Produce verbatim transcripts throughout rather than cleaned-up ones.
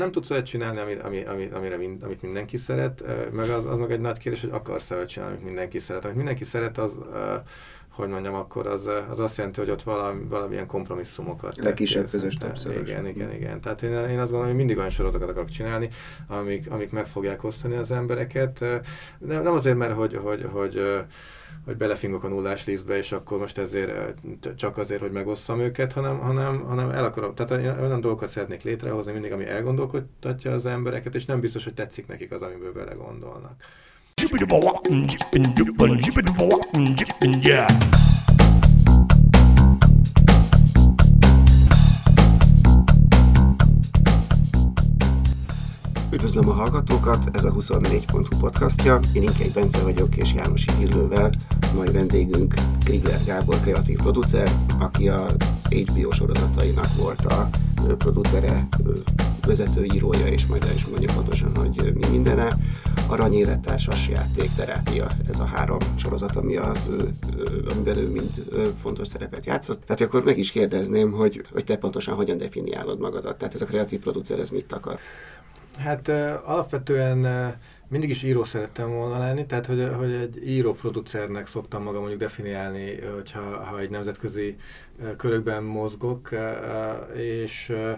Nem tudsz olyat csinálni, ami, ami, ami, amire mind, amit mindenki szeret, meg az, az meg egy nagy kérdés, hogy akarsz-e olyat csinálni, amit mindenki szeret. Amit mindenki szeret, az, hogy mondjam, akkor az, az azt jelenti, hogy ott valami, valamilyen kompromisszumokat. Legkisebb közös többszörös. Igen, igen, igen. Tehát én, én azt gondolom, hogy mindig olyan sorozatokat akarok csinálni, amik, amik meg fogják osztani az embereket. Nem, nem azért, mert hogy, hogy, hogy, hogy belefingok a nullás lisztbe, és akkor most ezért csak azért, hogy megosszam őket, hanem, hanem, hanem el akarom. Tehát olyan dolgokat szeretnék létrehozni mindig, ami elgondolkodtatja az embereket, és nem biztos, hogy tetszik nekik az, amiből belegondolnak. Üdvözlöm a hallgatókat, ez a huszonnégy pont hu podcastja. Én Inkei Bence vagyok, és János Illővel. Mai vendégünk Krigler Gábor, kreatív producer, aki az há bé o sorozatainak volt a producere, vezetőírója, és majd el is mondja pontosan, hogy mi mindene. Aranyélet, társas játék, terápia, ez a három sorozat, ami az, amiben ő mind fontos szerepet játszott. Tehát akkor meg is kérdezném, hogy, hogy te pontosan hogyan definiálod magadat. Tehát ez a kreatív producer, ez mit akar? Hát uh, alapvetően uh, mindig is író szerettem volna lenni, tehát hogy, hogy egy író-producernek szoktam magam mondjuk definiálni, hogyha ha egy nemzetközi uh, körökben mozgok, uh, és uh,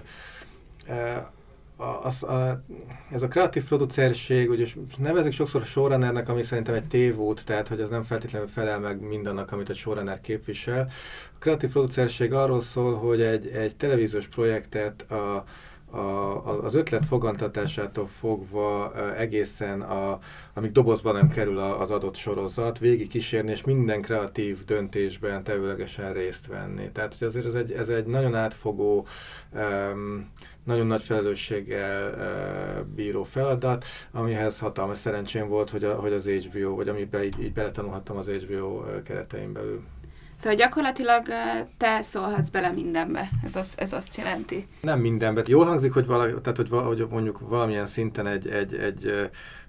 uh, az, a, ez a kreatív producerség, ugye nevezik sokszor a showrunnernek, ami szerintem egy tévút, tehát hogy ez nem feltétlenül felel meg mindannak, amit egy showrunner képvisel. A kreatív producerség arról szól, hogy egy, egy televíziós projektet a A, az ötlet fogantatásától fogva egészen, a, amíg dobozba nem kerül az adott sorozat, végig kísérni, és minden kreatív döntésben tevőlegesen részt venni. Tehát, hogy azért ez egy, ez egy nagyon átfogó, um, nagyon nagy felelősséggel uh, bíró feladat, amihez hatalmas szerencsém volt, hogy, a, hogy az há bé o, vagy amiben így, így beletanulhattam az há bé o keretein belül. Szóval gyakorlatilag te szólhatsz bele mindenbe, ez, az, ez azt jelenti. Nem mindenbe. Jól hangzik, hogy, vala, tehát, hogy, vala, hogy mondjuk valamilyen szinten egy, egy, egy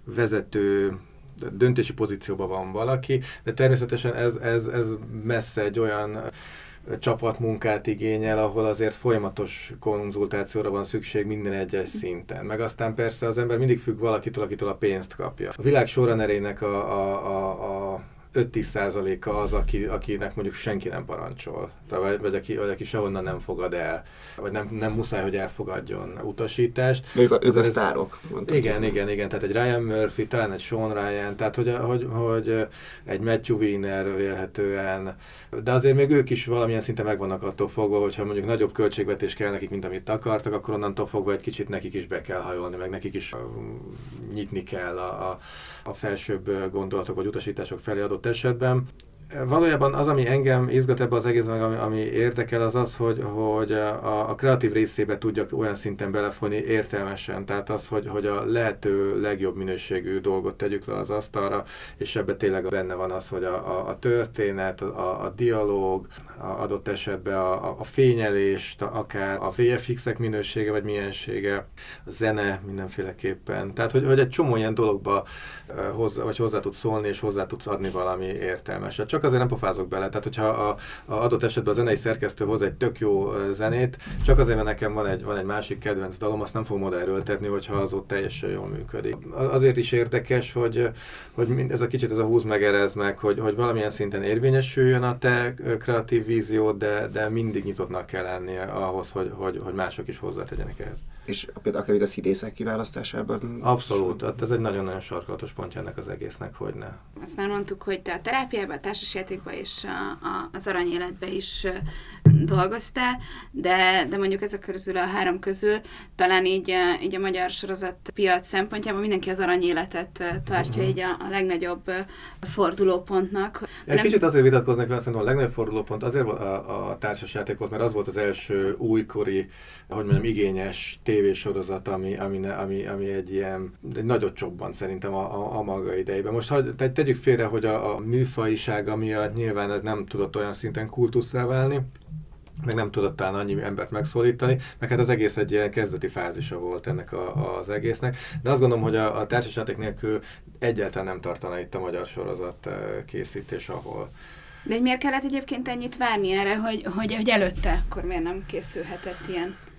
vezető döntési pozícióban van valaki, de természetesen ez, ez, ez messze egy olyan csapatmunkát igényel, ahol azért folyamatos konzultációra van szükség minden egyes szinten. Meg aztán persze az ember mindig függ valakitől, akitől a pénzt kapja. A világ showrunnerének a, a, a, a öt-tíz százaléka az, aki, akinek mondjuk senki nem parancsol, vagy, vagy, aki, vagy aki sehonnan nem fogad el, vagy nem, nem muszáj, hogy elfogadjon utasítást. Ők a, ők a sztárok. Igen, igen, igen, tehát egy Ryan Murphy, talán egy Sean Ryan, tehát hogy, hogy, hogy egy Matthew Weiner vélhetően, de azért még ők is valamilyen szinten megvannak attól fogva, hogyha mondjuk nagyobb költségvetés kell nekik, mint amit akartak, akkor onnantól fogva egy kicsit nekik is be kell hajolni, meg nekik is nyitni kell a, a, a felsőbb gondolatok vagy utasítások felé adott esetben. Valójában az, ami engem izgat ebbe az egészben, ami, ami érdekel, az az, hogy, hogy a, a kreatív részébe tudjak olyan szinten belefolyni értelmesen. Tehát az, hogy, hogy a lehető legjobb minőségű dolgot tegyük le az asztalra, és ebben tényleg benne van az, hogy a, a, a történet, a, a dialóg, a adott esetben a, a fényelés, akár a vé ef iksz-ek minősége vagy miensége, a zene mindenféleképpen. Tehát, hogy, hogy egy csomó ilyen dologba hozzá, vagy hozzá tudsz szólni, és hozzá tudsz adni valami értelmeset. Csak azért nem pofázok bele, tehát hogyha a, a adott esetben a zenei szerkesztő hoz egy tök jó zenét, csak azért, mert nekem van egy, van egy másik kedvenc dalom, azt nem fogom oda erőltetni, hogyha az ott teljesen jól működik. Azért is érdekes, hogy, hogy ez a kicsit ez a húz meg, erez meg, hogy, hogy valamilyen szinten érvényesüljön a te kreatív víziód, de, de mindig nyitottnak kell lennie ahhoz, hogy, hogy, hogy mások is hozzátegyenek ehhez. És például akár a színészek kiválasztásában? Abszolút, hát ez egy nagyon-nagyon sarkalatos pontja ennek az egésznek, hogy ne. Azt már mondtuk, hogy te a terápiában, a társasjátékban és a, a, az aranyéletben is dolgoztál, de, de mondjuk ezek közül a három közül talán így, így a magyar sorozat piac szempontjából mindenki az aranyéletet tartja uh-huh. így a, a legnagyobb fordulópontnak. Egy nem... kicsit azért vitatkoznék, mert szerintem a legnagyobb fordulópont azért a, a társasjáték volt, mert az volt az első újkori, hogy mondjam, igényes tévésorozat, ami, ami, ami, ami egy ilyen egy nagyot csobban szerintem a, a, a maga idejében. Most ha, te, tegyük félre, hogy a, a műfajisága miatt nyilván ez nem tudott olyan szinten kultusszá válni, meg nem tudott talán annyi embert megszólítani, meg hát az egész egy ilyen kezdeti fázisa volt ennek a, az egésznek. De azt gondolom, hogy a, a társasjáték nélkül egyáltalán nem tartana itt a magyar sorozat készítés, ahol. De miért kellett egyébként ennyit várni erre, hogy, hogy, hogy előtte akkor miért nem készülhetett ilyen?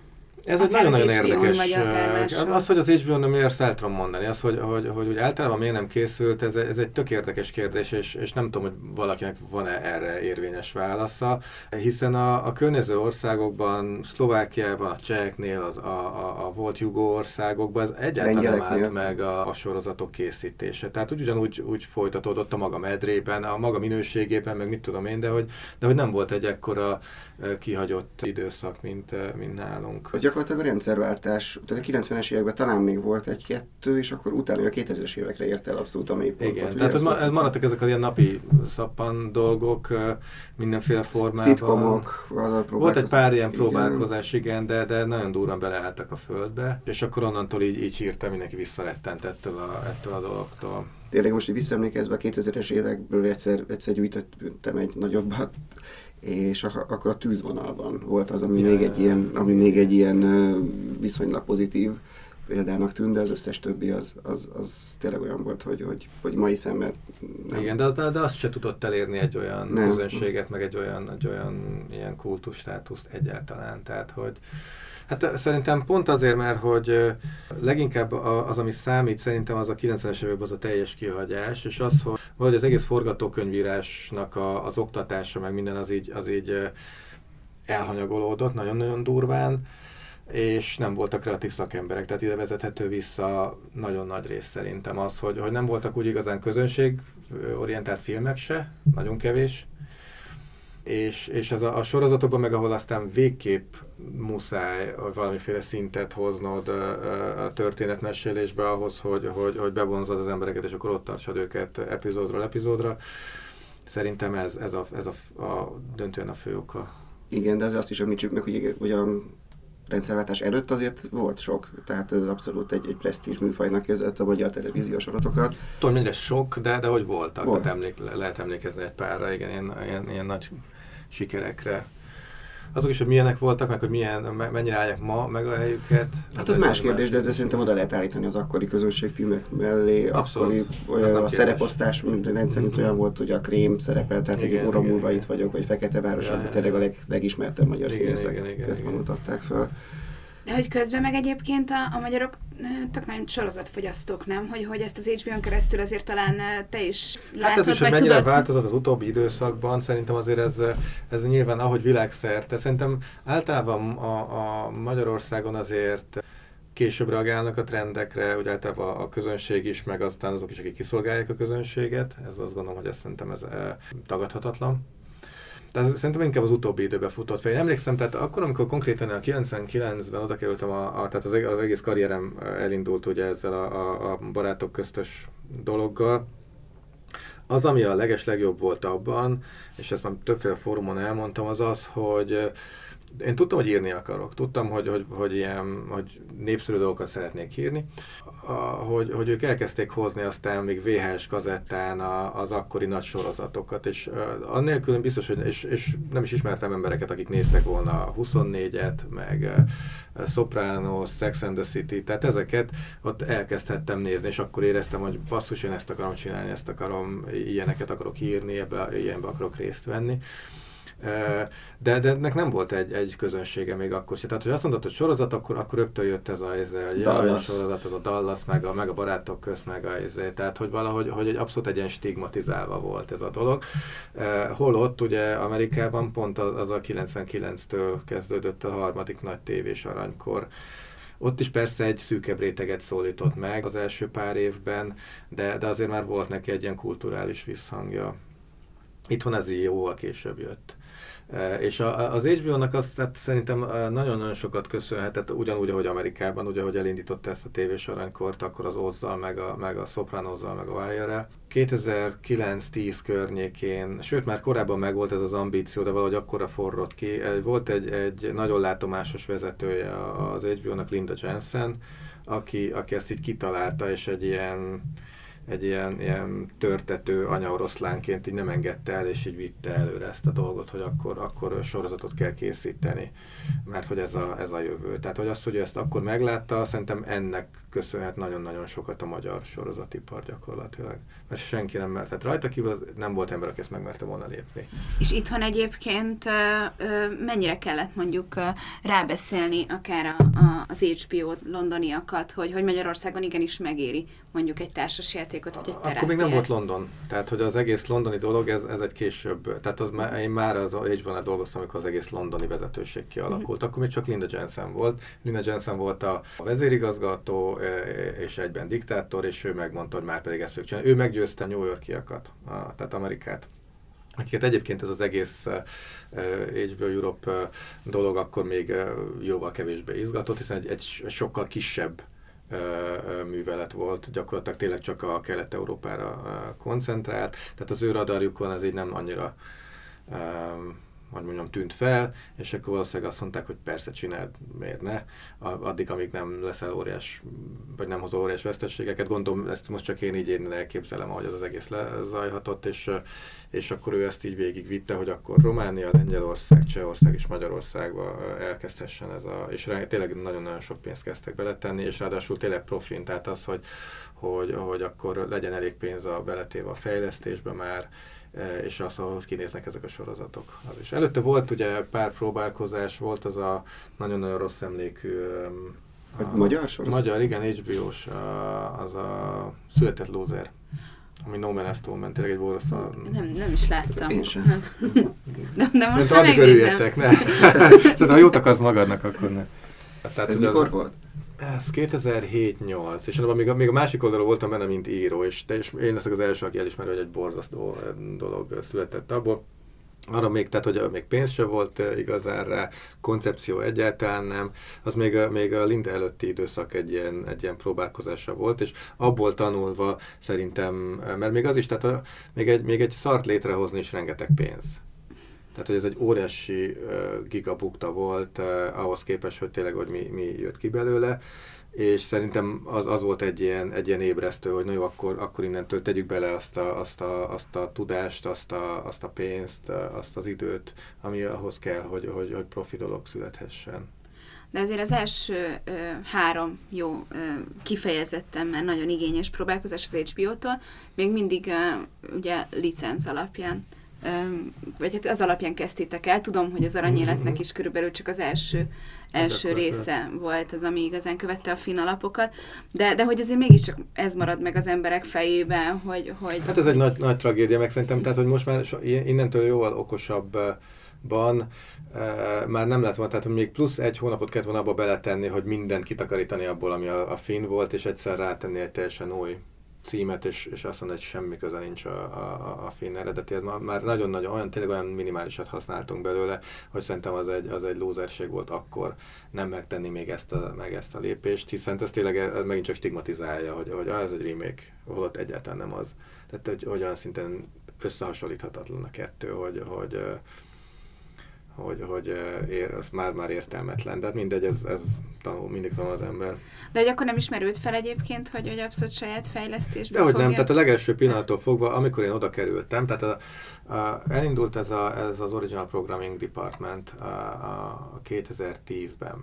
Ez egy nagyon-nagyon érdekes. Az, hogy az há bé ó-n miért el tudom mondani, az, hogy, hogy, hogy, hogy általában miért nem készült, ez, ez egy tök érdekes kérdés, és, és nem tudom, hogy valakinek van-e erre érvényes válasza, hiszen a, a környező országokban, Szlovákiában, a cseheknél, az, a, a, a volt jugó országokban ez egyáltalán nem állt meg a, a sorozatok készítése. Tehát úgy, ugyanúgy úgy folytatódott a maga medrében, a maga minőségében, meg mit tudom én, de hogy, de hogy nem volt egy ekkora kihagyott időszak, mint, mint nálunk. Az gyakorlatilag a rendszerváltás, tehát a kilencvenes években talán még volt egy-kettő, és akkor utána a kétezres évekre ért el abszolút a mélypontot. Igen, tehát ez ma, maradtak ezek az ilyen napi szappan dolgok mindenféle formában. Szitkomok. Volt egy pár ilyen próbálkozás, igen, igen de, de nagyon durran beleálltak a földbe, és akkor onnantól így, így hirtelen mindenki visszarettent ettől a, ettől a dologtól. Tényleg most, hogy visszaemlékezve a kétezres évekből egyszer, egyszer gyűjtöttem egy nagyobbat, és a, akkor a Tűzvonalban volt az, ami, ja, még, egy ilyen, ami még egy ilyen viszonylag pozitív példának tűnt, de az összes többi az, az, az tényleg olyan volt, hogy, hogy, hogy mai szemmel nem. Igen, de, de, de azt se tudott elérni egy olyan nem. közönséget, meg egy olyan, egy olyan ilyen kultuszstátuszt egyáltalán, tehát hogy hát szerintem pont azért, mert hogy leginkább az, ami számít, szerintem az a kilencvenes években az a teljes kihagyás, és az, hogy vagy az egész forgatókönyvírásnak a, az oktatása, meg minden az így, az így elhanyagolódott nagyon-nagyon durván, és nem voltak kreatív szakemberek, tehát ide vezethető vissza nagyon nagy rész szerintem az, hogy, hogy nem voltak úgy igazán közönségorientált filmek se, nagyon kevés, és, és ez a, a sorozatokban meg, ahol aztán végképp muszáj valamiféle szintet hoznod a, a történetmesélésbe ahhoz, hogy, hogy, hogy bevonzod az embereket, és akkor ott tartsad őket epizódról epizódra. Szerintem ez, ez, a, ez a, a döntően a fő oka. Igen, de az azt is említsük meg, hogy, hogy a rendszerváltás előtt azért volt sok, tehát ez abszolút egy, egy presztízs műfajnak kezdett a magyar televíziós sorozatokat. Tudom, mindre sok, de, de hogy voltak, volt. emlék, lehet emlékezni egy párra, igen, ilyen, ilyen, ilyen nagy sikerekre. Azok is, hogy milyenek voltak, meg hogy milyen, mennyire állják ma meg a helyüket. Hát az más kérdés, de, de szerintem oda lehet állítani az akkori közönségfilmek mellé. Abszolút. Akkori olyan, a szereposztás rendszerint mm-hmm. olyan volt, hogy a Krém szerepel, tehát igen, egy óra múlva itt vagyok, vagy Feketeváros, amit tényleg a leg, legismertebb magyar színészeket mutatták fel. De hogy közben meg egyébként a, a magyarok tök nagyon sorozatfogyasztók, nem? Hogy, hogy ezt az há bé ó-n keresztül azért talán te is látod, hát ez is, vagy tudod... mennyire változott az utóbbi időszakban, szerintem azért ez, ez nyilván ahogy világszerte. Szerintem általában a, a Magyarországon azért később reagálnak a trendekre, úgy általában a közönség is, meg aztán azok is, akik kiszolgálják a közönséget. Ez azt gondolom, hogy ez szerintem ez tagadhatatlan. Tehát szerintem inkább az utóbbi időben futott fel. Én emlékszem, tehát akkor, amikor konkrétan a kilencvenkilencben oda kerültem, a, a, tehát az, az egész karrierem elindult ugye ezzel a, a, a barátok köztös dologgal, az, ami a legeslegjobb volt abban, és ezt már többféle fórumon elmondtam, az az, hogy én tudtam, hogy írni akarok. Tudtam, hogy, hogy, hogy, ilyen, hogy népszerű dolgokat szeretnék írni. A, hogy, hogy ők elkezdték hozni aztán még vé há es kazettán a, az akkori nagy sorozatokat, és uh, annélkül biztos, hogy és, és nem is ismertem embereket, akik néztek volna a huszonnégyet, meg uh, Sopranos, Sex and the City, tehát ezeket ott elkezdhettem nézni, és akkor éreztem, hogy basszus, én ezt akarom csinálni, ezt akarom, ilyeneket akarok írni, ebbe, ilyenbe akarok részt venni. De, de ennek nem volt egy, egy közönsége még akkor sem. Tehát, hogy azt mondod, hogy sorozat, akkor, akkor rögtön jött ez a, ez a, jaj, a sorozat, ez a Dallas, meg a, meg a barátok közt, meg a ez, tehát, hogy valahogy hogy egy abszolút egy ilyen stigmatizálva volt ez a dolog. Holott ugye Amerikában pont az, az a kilencvenkilenctől kezdődött a harmadik nagy tévés aranykor. Ott is persze egy szűkebb réteget szólított meg az első pár évben, de, de azért már volt neki egy ilyen kulturális visszhangja. Itthon ez jóval később jött. Uh, és a, az há bé ó-nak azt tehát szerintem nagyon-nagyon sokat köszönhetett, ugyanúgy, ahogy Amerikában, ugye, ahogy elindította ezt a tévés aranykort, akkor az Ozzal, meg a, meg a Sopranozzal, meg a Wire-rel. kétezer-kilenc-tíz környékén, sőt már korábban megvolt ez az ambíció, de valahogy akkora forrott ki. Volt egy, egy nagyon látomásos vezetője az há bé ó-nak, Linda Jensen, aki, aki ezt így kitalálta, és egy ilyen egy ilyen, ilyen törtető anyaoroszlánként így nem engedte el, és így vitte előre ezt a dolgot, hogy akkor, akkor sorozatot kell készíteni, mert hogy ez a, ez a jövő. Tehát, hogy azt, hogy ezt akkor meglátta, szerintem ennek köszönhet nagyon-nagyon sokat a magyar sorozatipar gyakorlatilag. Mert senki nem mert, tehát rajta kívül nem volt ember, aki ezt megmerte volna lépni. És itthon egyébként mennyire kellett mondjuk rábeszélni akár a, a, az há bé o londoniakat, hogy, hogy Magyarországon igenis megéri mondjuk egy társasjátékot, vagy egy terápiát? Akkor még nem volt London. Tehát, hogy az egész londoni dolog, ez, ez egy később. Tehát az, én már az há bé o-nál dolgoztam, amikor az egész londoni vezetőség kialakult. Mm-hmm. Akkor még csak Linda Jensen volt. Linda Jensen volt a vezérigazgató, és egyben diktátor, és ő megmondta, hogy már pedig ezt fogjuk csinálni. Ő meggyőzte a New Yorkiakat, a, tehát Amerikát, akiket egyébként ez az egész uh, há bé o Europe uh, dolog akkor még uh, jóval kevésbé izgatott, hiszen egy, egy sokkal kisebb uh, uh, művelet volt, gyakorlatilag tényleg csak a Kelet-Európára uh, koncentrált, tehát az ő radarjukon ez így nem annyira um, hogy mondjam, tűnt fel, és akkor valószínűleg azt mondták, hogy persze csináld, miért ne, addig, amíg nem leszel óriás, vagy nem hozol óriás veszteségeket. Gondolom, ezt most csak én így én elképzelem, ahogy az az egész lezajhatott, és, és akkor ő ezt így végigvitte, hogy akkor Románia, Lengyelország, Csehország és Magyarországba elkezdhessen ez a, és tényleg nagyon-nagyon sok pénzt kezdtek beletenni, és ráadásul tényleg profin, tehát az, hogy, hogy, hogy akkor legyen elég pénz a beletéve a fejlesztésbe már, és az, ahogy kinéznek ezek a sorozatok. Az is. Előtte volt ugye pár próbálkozás, volt az a nagyon-nagyon rossz emlékű... A, a magyar sorozat? Magyar, igen, há bé o-s, az a Született Lózer, ami No Man Estől ment, tényleg egy borzasztó... Nem, nem is láttam. Én sem. Nem. de, de most már megnézem. Szóval ha jót akarsz magadnak, akkor ne. Tehát ez mikor az... volt? Ez kétezer-hét nyolc, és abban még a, még a másik oldalon voltam benne, mint író, és, és én leszek az első, aki elismeri, hogy egy borzasztó dolog született abból. Arra még, tehát, hogy még pénz se volt igazán rá, koncepció egyáltalán nem, az még a, még a Linda előtti időszak egy ilyen, egy ilyen próbálkozása volt, és abból tanulva szerintem, mert még az is, tehát a, még, egy, még egy szart létrehozni is rengeteg pénz. Tehát, hogy ez egy óriási uh, gigabukta volt uh, ahhoz képest, hogy tényleg, hogy mi, mi jött ki belőle, és szerintem az, az volt egy ilyen, egy ilyen ébresztő, hogy na jó, akkor, akkor innentől tegyük bele azt a, azt a, azt a tudást, azt a, azt a pénzt, azt az időt, ami ahhoz kell, hogy, hogy, hogy profi dolog születhessen. De azért az első ö, három jó, ö, kifejezetten már nagyon igényes próbálkozás az há bé o-tól, még mindig ö, ugye licenc alapján, ö, vagy hát az alapján kezdtétek el. Tudom, hogy az Aranyéletnek is körülbelül csak az első, első része volt az, ami igazán követte a finn alapokat, de, de hogy azért mégiscsak ez marad meg az emberek fejében, hogy... hogy hát ez egy nagy, nagy tragédia, meg szerintem, tehát, hogy most már innentől jóval okosabb ban e, már nem lett volna, tehát még plusz egy hónapot kellett volna abba beletenni, hogy mindent kitakarítani abból, ami a, a finn volt, és egyszer rátenni egy teljesen új címet, és, és azt mondani, hogy semmi köze nincs a, a, a finn eredetihez. Már nagyon-nagyon olyan, tényleg olyan minimálisat használtunk belőle, hogy szerintem az egy, az egy lúzerség volt akkor nem megtenni még ezt a, meg ezt a lépést, hiszen ez tényleg ez megint csak stigmatizálja, hogy, hogy ah, ez egy remake, holott egyáltalán nem az. Tehát, hogy, hogy olyan szinten összehasonlíthatatlan a kettő, hogy, hogy hogy, hogy ér, az már-már értelmetlen, de mindegy, ez, ez tanul, mindig tanul az ember. De hogy akkor nem ismerült fel egyébként, hogy, hogy abszolút saját fejlesztésbe de hogy fogja? nem, tehát a legelső pillanattól fogva, amikor én oda kerültem, tehát a, a, elindult ez, a, ez az Original Programming Department a, a kétezer-tízben.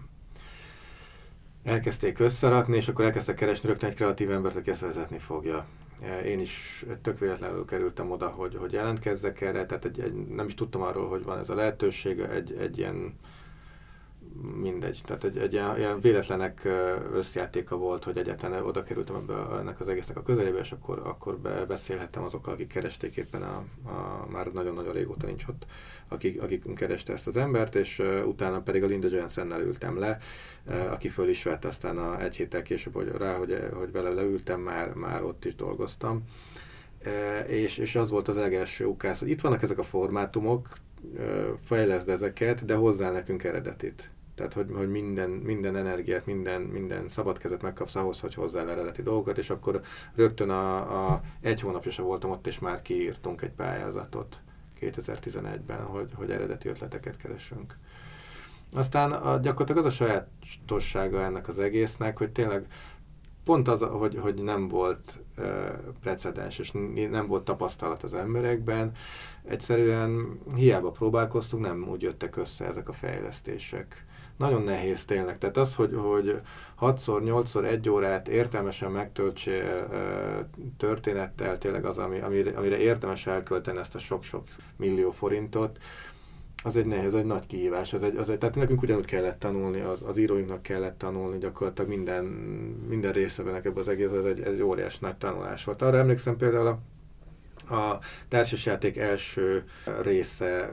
Elkezdték összerakni, és akkor elkezdtek keresni rögtön egy kreatív embert, aki ezt vezetni fogja. Én is tök véletlenül kerültem oda, hogy, hogy jelentkezzek erre, tehát egy, egy, nem is tudtam arról, hogy van ez a lehetőség, egy, egy ilyen mindegy, tehát egy, egy ilyen, ilyen véletlenek összjátéka volt, hogy egyáltalán oda kerültem ebbe, ennek az egésznek a közelébe, és akkor, akkor be, beszélhettem azokkal, akik keresték éppen, a, a, már nagyon-nagyon régóta nincs ott, akik, akik kereste ezt az embert, és uh, utána pedig a Linda Jensennel ültem le, uh, aki föl is vett aztán a, egy héttel később, hogy rá, hogy, hogy vele leültem, már, már ott is dolgoztam. Uh, és, és az volt az legelső ukász, hogy itt vannak ezek a formátumok, uh, fejleszd ezeket, de hozzá nekünk eredetit. Tehát, hogy, hogy minden, minden energiát, minden, minden szabad kezet megkapsz ahhoz, hogy hozzá eredeti dolgokat, és akkor rögtön a, a egy hónapja sem voltam ott, és már kiírtunk egy pályázatot kétezer-tizenegyben, hogy, hogy eredeti ötleteket keresünk. Aztán a, gyakorlatilag az a sajátossága ennek az egésznek, hogy tényleg pont az, hogy, hogy nem volt uh, precedens, és nem volt tapasztalat az emberekben, egyszerűen hiába próbálkoztunk, nem úgy jöttek össze ezek a fejlesztések. Nagyon nehéz tényleg. Tehát az, hogy, hogy hatszor, nyolcszor, egy órát értelmesen megtöltsél uh, történettel, tényleg az, ami, amire, amire érdemes elkölteni ezt a sok-sok millió forintot, az egy nehéz, egy nagy kihívás. Az egy, az egy, tehát nekünk ugyanúgy kellett tanulni, az, az íróinknak kellett tanulni, gyakorlatilag minden, minden részben ebben az egész, ez egy, egy óriás nagy tanulás volt. Arra emlékszem például a, a társasjáték első része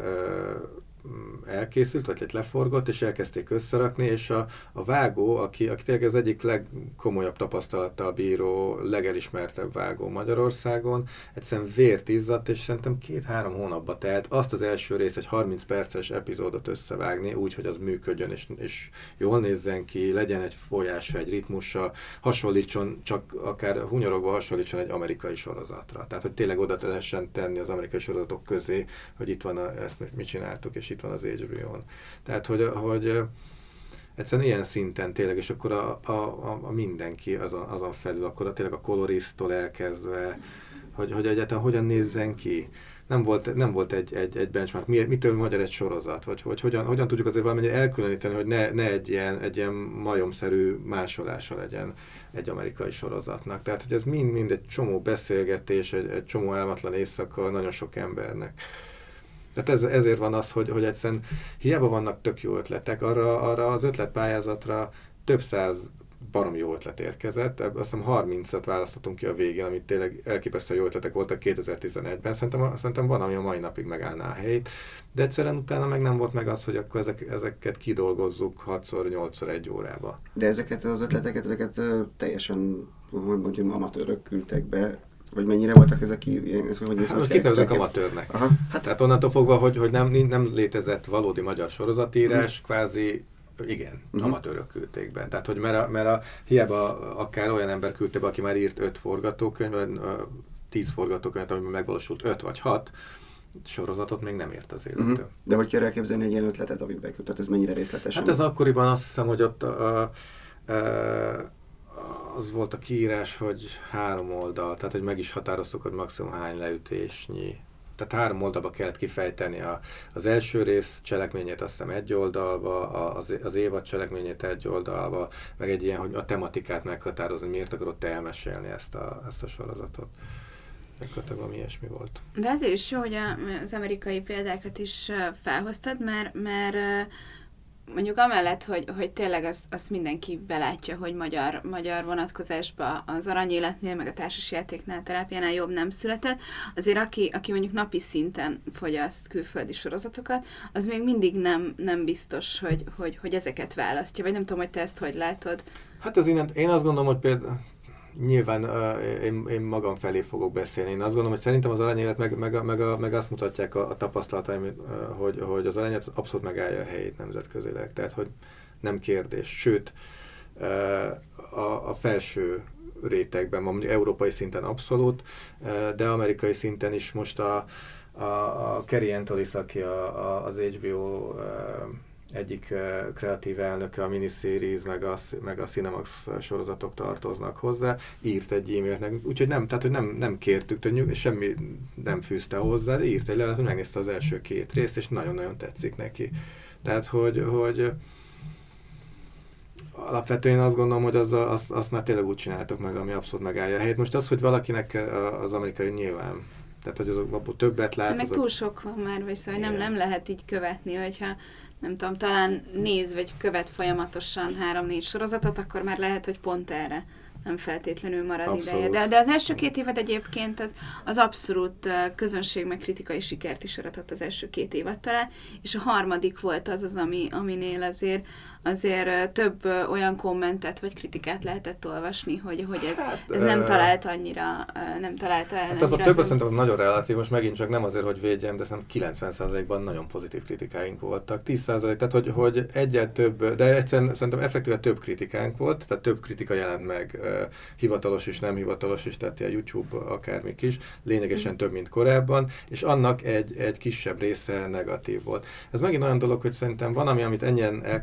elkészült, vagy egy leforgott, és elkezdték összerakni, és a, a vágó, aki, aki tényleg az egyik legkomolyabb tapasztalattal bíró, legelismertebb vágó Magyarországon, egyszerűen vért izzadt, és szerintem két-három hónapba telt azt az első rész, egy harminc perces epizódot összevágni, úgy, hogy az működjön, és, és jól nézzen ki, legyen egy folyása, egy ritmusa, hasonlítson, csak akár hunyorogva hasonlítson egy amerikai sorozatra. Tehát, hogy tényleg oda lehessen tenni az amerikai sorozatok közé, hogy itt van, a, ezt mit csináltuk, és itt van az há bé ó-n. Tehát, hogy, hogy egyszerűen ilyen szinten tényleg, és akkor a, a, a, a mindenki azon, azon felül, akkor a, tényleg a kolorisztól elkezdve, hogy, hogy egyáltalán hogyan nézzen ki. Nem volt, nem volt egy, egy, egy benchmark. Mi, mitől magyar egy sorozat? Vagy, vagy hogyan, hogyan tudjuk azért valamennyire elkülöníteni, hogy ne, ne egy, ilyen, egy ilyen majomszerű másolása legyen egy amerikai sorozatnak. Tehát, hogy ez mind-mind egy csomó beszélgetés, egy, egy csomó álmatlan éjszaka nagyon sok embernek. Tehát ez, ezért van az, hogy, hogy egyszerűen hiába vannak tök jó ötletek, arra, arra az ötletpályázatra több száz barom jó ötlet érkezett. Azt hiszem harmincat választottunk ki a végén, amit tényleg elképesztő jó ötletek voltak kétezer-tizenegyben. Szerintem, szerintem van, ami a mai napig megállná a helyét. De egyszerűen utána meg nem volt meg az, hogy akkor ezek, ezeket kidolgozzuk hatszor, nyolcszor, egy órába. De ezeket az ötleteket, ezeket uh, teljesen, mondjuk, amatőrök küldtek be, vagy mennyire voltak ezek ki? Hát, képezünk amatőrnek. Aha. Hát, tehát onnantól fogva, hogy, hogy nem, nem létezett valódi magyar sorozatírás, uh-huh. kvázi igen, uh-huh. amatőrök küldték be. Tehát, hogy mert a, mert a hiába akár olyan ember küldte be, aki már írt öt forgatókönyvet, tíz forgatókönyvet, amiben megvalósult öt vagy hat, sorozatot még nem ért az élettől. Uh-huh. De hogy kell elképzelni egy ilyen ötletet, amit beküldtet, ez mennyire részletesen? Hát ez akkoriban azt hiszem, hogy ott a, a, a, az volt a kiírás, hogy három oldal, tehát hogy meg is határoztuk, hogy maximum hány leütésnyi. Tehát három oldalba kellett kifejteni a, az első rész cselekményét, azt hiszem egy oldalba, az, az évad cselekményét egy oldalba, meg egy ilyen, hogy a tematikát meghatározni, miért akarod te elmesélni ezt a, ezt a sorozatot. Gyakorlatilag valami ilyesmi volt. De azért is jó, hogy az amerikai példákat is felhoztad, mert, mert mondjuk amellett, hogy, hogy tényleg azt az mindenki belátja, hogy magyar, magyar vonatkozásban az aranyéletnél, meg a társasjátéknál, terápiánál jobb nem született, azért aki, aki mondjuk napi szinten fogyaszt külföldi sorozatokat, az még mindig nem, nem biztos, hogy, hogy, hogy ezeket választja, vagy nem tudom, hogy te ezt hogy látod. Hát az innen, én azt gondolom, hogy például nyilván uh, én, én magam felé fogok beszélni. Én azt gondolom, hogy szerintem az aranyélet meg, meg, meg, a, meg azt mutatják a, a tapasztalataim, uh, hogy, hogy az aranyélet abszolút megállja a helyét nemzetközileg. Tehát, hogy nem kérdés. Sőt, uh, a, a felső rétegben, mondjuk európai szinten abszolút, uh, de amerikai szinten is most a, a, a Carrie Antolis, aki a, a, az há bé ó uh, egyik uh, kreatív elnöke, a miniseries, meg a, meg a Cinemax sorozatok tartoznak hozzá, írt egy e-mailt nekünk, úgyhogy nem, tehát, hogy nem, nem kértük tőlük, semmi nem fűzte hozzá, de írt egy levelet, hogy megnézte az első két részt, és nagyon-nagyon tetszik neki. Tehát, hogy, hogy alapvetően azt gondolom, hogy az, azt, azt már tényleg úgy csináltok meg, ami abszolút megállja a helyét. Most az, hogy valakinek az amerikai nyilván, tehát, hogy azok abból többet lát. Meg azok... túl sok van már, vagy szóval nem, nem lehet így követni, hogyha nem tudom, talán néz vagy követ folyamatosan három-négy sorozatot, akkor már lehet, hogy pont erre nem feltétlenül marad abszolút ideje. De, de az első két évad egyébként az, az abszolút közönség meg kritikai sikert is aratott az első két évad talán, és a harmadik volt az az, ami, aminél azért, azért több olyan kommentet vagy kritikát lehetett olvasni, hogy, hogy ez, hát, ez nem talált annyira, nem találta el. Hát az a több az szerintem nagyon relatív, most megint csak nem azért, hogy védjem, de szerintem kilencven százalékban nagyon pozitív kritikáink voltak. tíz százalék, tehát hogy, hogy egyet több, de egyszerűen szerintem effektíve több kritikánk volt, tehát több kritika jelent meg, hivatalos és nem hivatalos is, tehát a YouTube akármik is, lényegesen több, mint korábban, és annak egy, egy kisebb része negatív volt. Ez megint olyan dolog, hogy szerintem van, ami, amit ennyien elkezdenek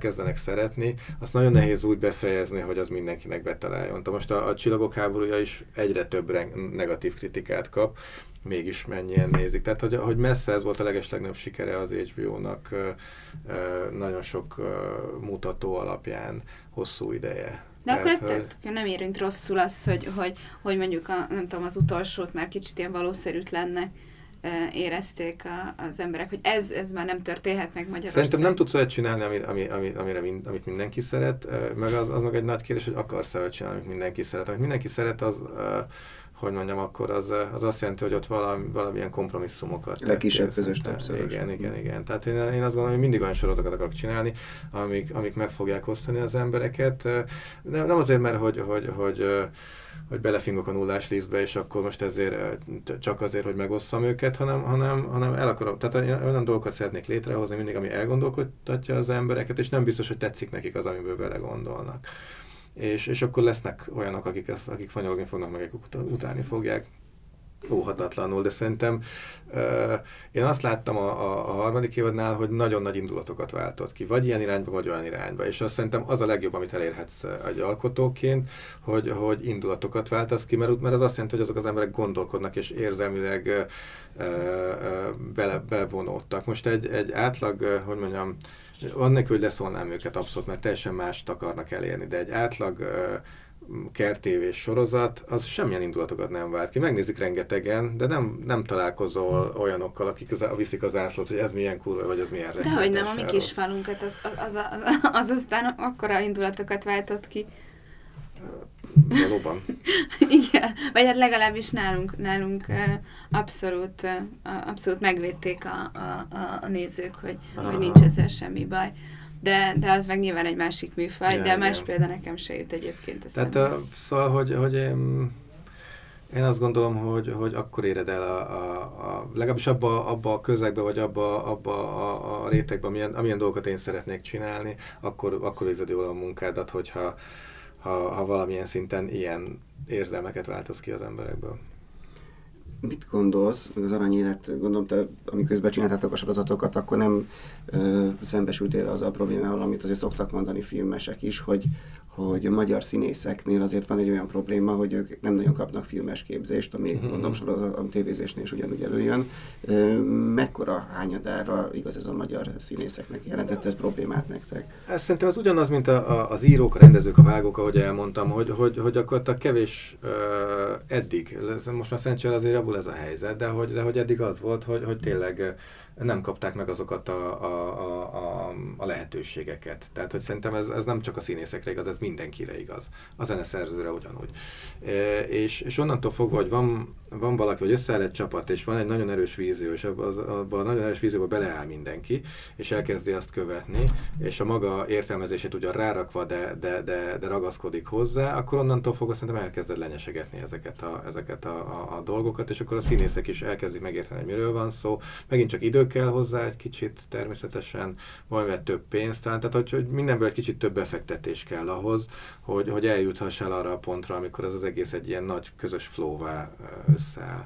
szeretni, azt nagyon nehéz úgy befejezni, hogy az mindenkinek betaláljon. Most a, a Csillagok háborúja is egyre több negatív kritikát kap, mégis mennyien nézik. Tehát, hogy, hogy messze ez volt a legeslegnagyobb sikere az há bé ó-nak nagyon sok mutató alapján hosszú ideje. De akkor ezt hogy... nem érint rosszul az, hogy, hogy, hogy mondjuk a, nem tudom, az utolsót már kicsit ilyen valószerűtlennek érezték a, az emberek, hogy ez, ez már nem történhet meg Magyarországon. Szerintem nem tudsz olyat csinálni, ami, ami, ami, amire mind, amit mindenki szeret, meg az, az meg egy nagy kérdés, hogy akarsz-e olyat csinálni, amit mindenki szeret. Amit mindenki szeret, az, hogy mondjam, akkor az, az azt jelenti, hogy ott valami, valamilyen kompromisszumokat. Legkisebb közös többszörös. Igen, igen, igen. Tehát én, én azt gondolom, hogy mindig olyan sorozatokat akarok csinálni, amik, amik meg fogják osztani az embereket. Nem, nem azért, mert hogy, hogy, hogy hogy belefingok a nullás lisztbe, és akkor most ezért csak azért, hogy megosszam őket, hanem, hanem, hanem el akarom, tehát olyan dolgokat szeretnék létrehozni mindig, ami elgondolkodtatja az embereket, és nem biztos, hogy tetszik nekik az, amiből belegondolnak. És, és akkor lesznek olyanok, akik, ezt, akik fanyologni fognak, meg utálni fogják. Óhatatlanul, de szerintem uh, én azt láttam a, a, a harmadik évadnál, hogy nagyon nagy indulatokat váltott ki, vagy ilyen irányba, vagy olyan irányba, és azt szerintem az a legjobb, amit elérhetsz egy alkotóként, hogy, hogy indulatokat váltasz ki, mert, mert az azt jelenti, hogy azok az emberek gondolkodnak, és érzelmileg uh, uh, bele, bevonódtak. Most egy, egy átlag, uh, hogy mondjam, annélkül, hogy leszólnám őket abszolút, mert teljesen mást akarnak elérni, de egy átlag uh, kertévés sorozat, az semmilyen indulatokat nem vált ki. Megnézik rengetegen, de nem, nem találkozol olyanokkal, akik az, viszik az zászlót, hogy ez milyen kurva, vagy ez milyen rengeteg. Dehogy nem, a mi kis falunkat, az, az, az, az, az aztán akkora indulatokat váltott ki. Valóban. Igen, vagy hát legalábbis nálunk, nálunk abszolút, abszolút megvédték a, a, a nézők, hogy, hogy nincs ezzel semmi baj. De, de az meg nyilván egy másik műfaj, ja, de más igen. Példa nekem se jut egyébként eszembe. Tehát a, szóval, hogy, hogy én, én azt gondolom, hogy, hogy akkor éred el a, a, a legalábbis abba, abba a közegbe, vagy abba, abba a, a rétegben, amilyen, amilyen dolgokat én szeretnék csinálni, akkor, akkor érzed jól a munkádat, hogyha ha, ha valamilyen szinten ilyen érzelmeket váltasz ki az emberekből. Mit gondolsz, az Aranyélet, gondolom, te, amiközben csináltátok a sorozatokat, akkor nem ö, szembesültél az a problémával, amit azért szoktak mondani filmesek is, hogy, hogy a magyar színészeknél azért van egy olyan probléma, hogy ők nem nagyon kapnak filmes képzést, ami mm-hmm. gondolom sorozat, a tévézésnél is ugyanúgy előjön. Ö, mekkora hányadára igaz ez a magyar színészeknek? Jelentett ez problémát nektek? Ez szerintem az ugyanaz, mint a, a, az írók, a rendezők, a vágók, ahogy elmondtam, hogy, hogy, hogy gyakorlatilag kevés uh, eddig, most már szerencsére azért javul ez a helyzet, de hogy, de hogy eddig az volt, hogy, hogy tényleg nem kapták meg azokat a, a, a, a lehetőségeket. Tehát, hogy szerintem ez, ez nem csak a színészekre igaz, ez mindenkire igaz. A zeneszerzőre ugyanúgy. E, és, és onnantól fogva, hogy van, van valaki, hogy összeáll egy csapat, és van egy nagyon erős vízió, és abban a nagyon erős vízióban beleáll mindenki, és elkezdi azt követni, és a maga értelmezését ugyan rárakva, de, de, de, de ragaszkodik hozzá, akkor onnantól fogva szerintem elkezded lenyesegetni ezeket a, ezeket a, a, a dolgokat, és akkor a színészek is elkezdik megérteni, hogy miről van szó. Megint csak idő kell hozzá egy kicsit, természetesen valamivel több pénzt, tehát hogy, hogy mindenből egy kicsit több befektetés kell ahhoz, hogy, hogy eljuthassál arra a pontra, amikor ez az egész egy ilyen nagy közös flowvá összeáll.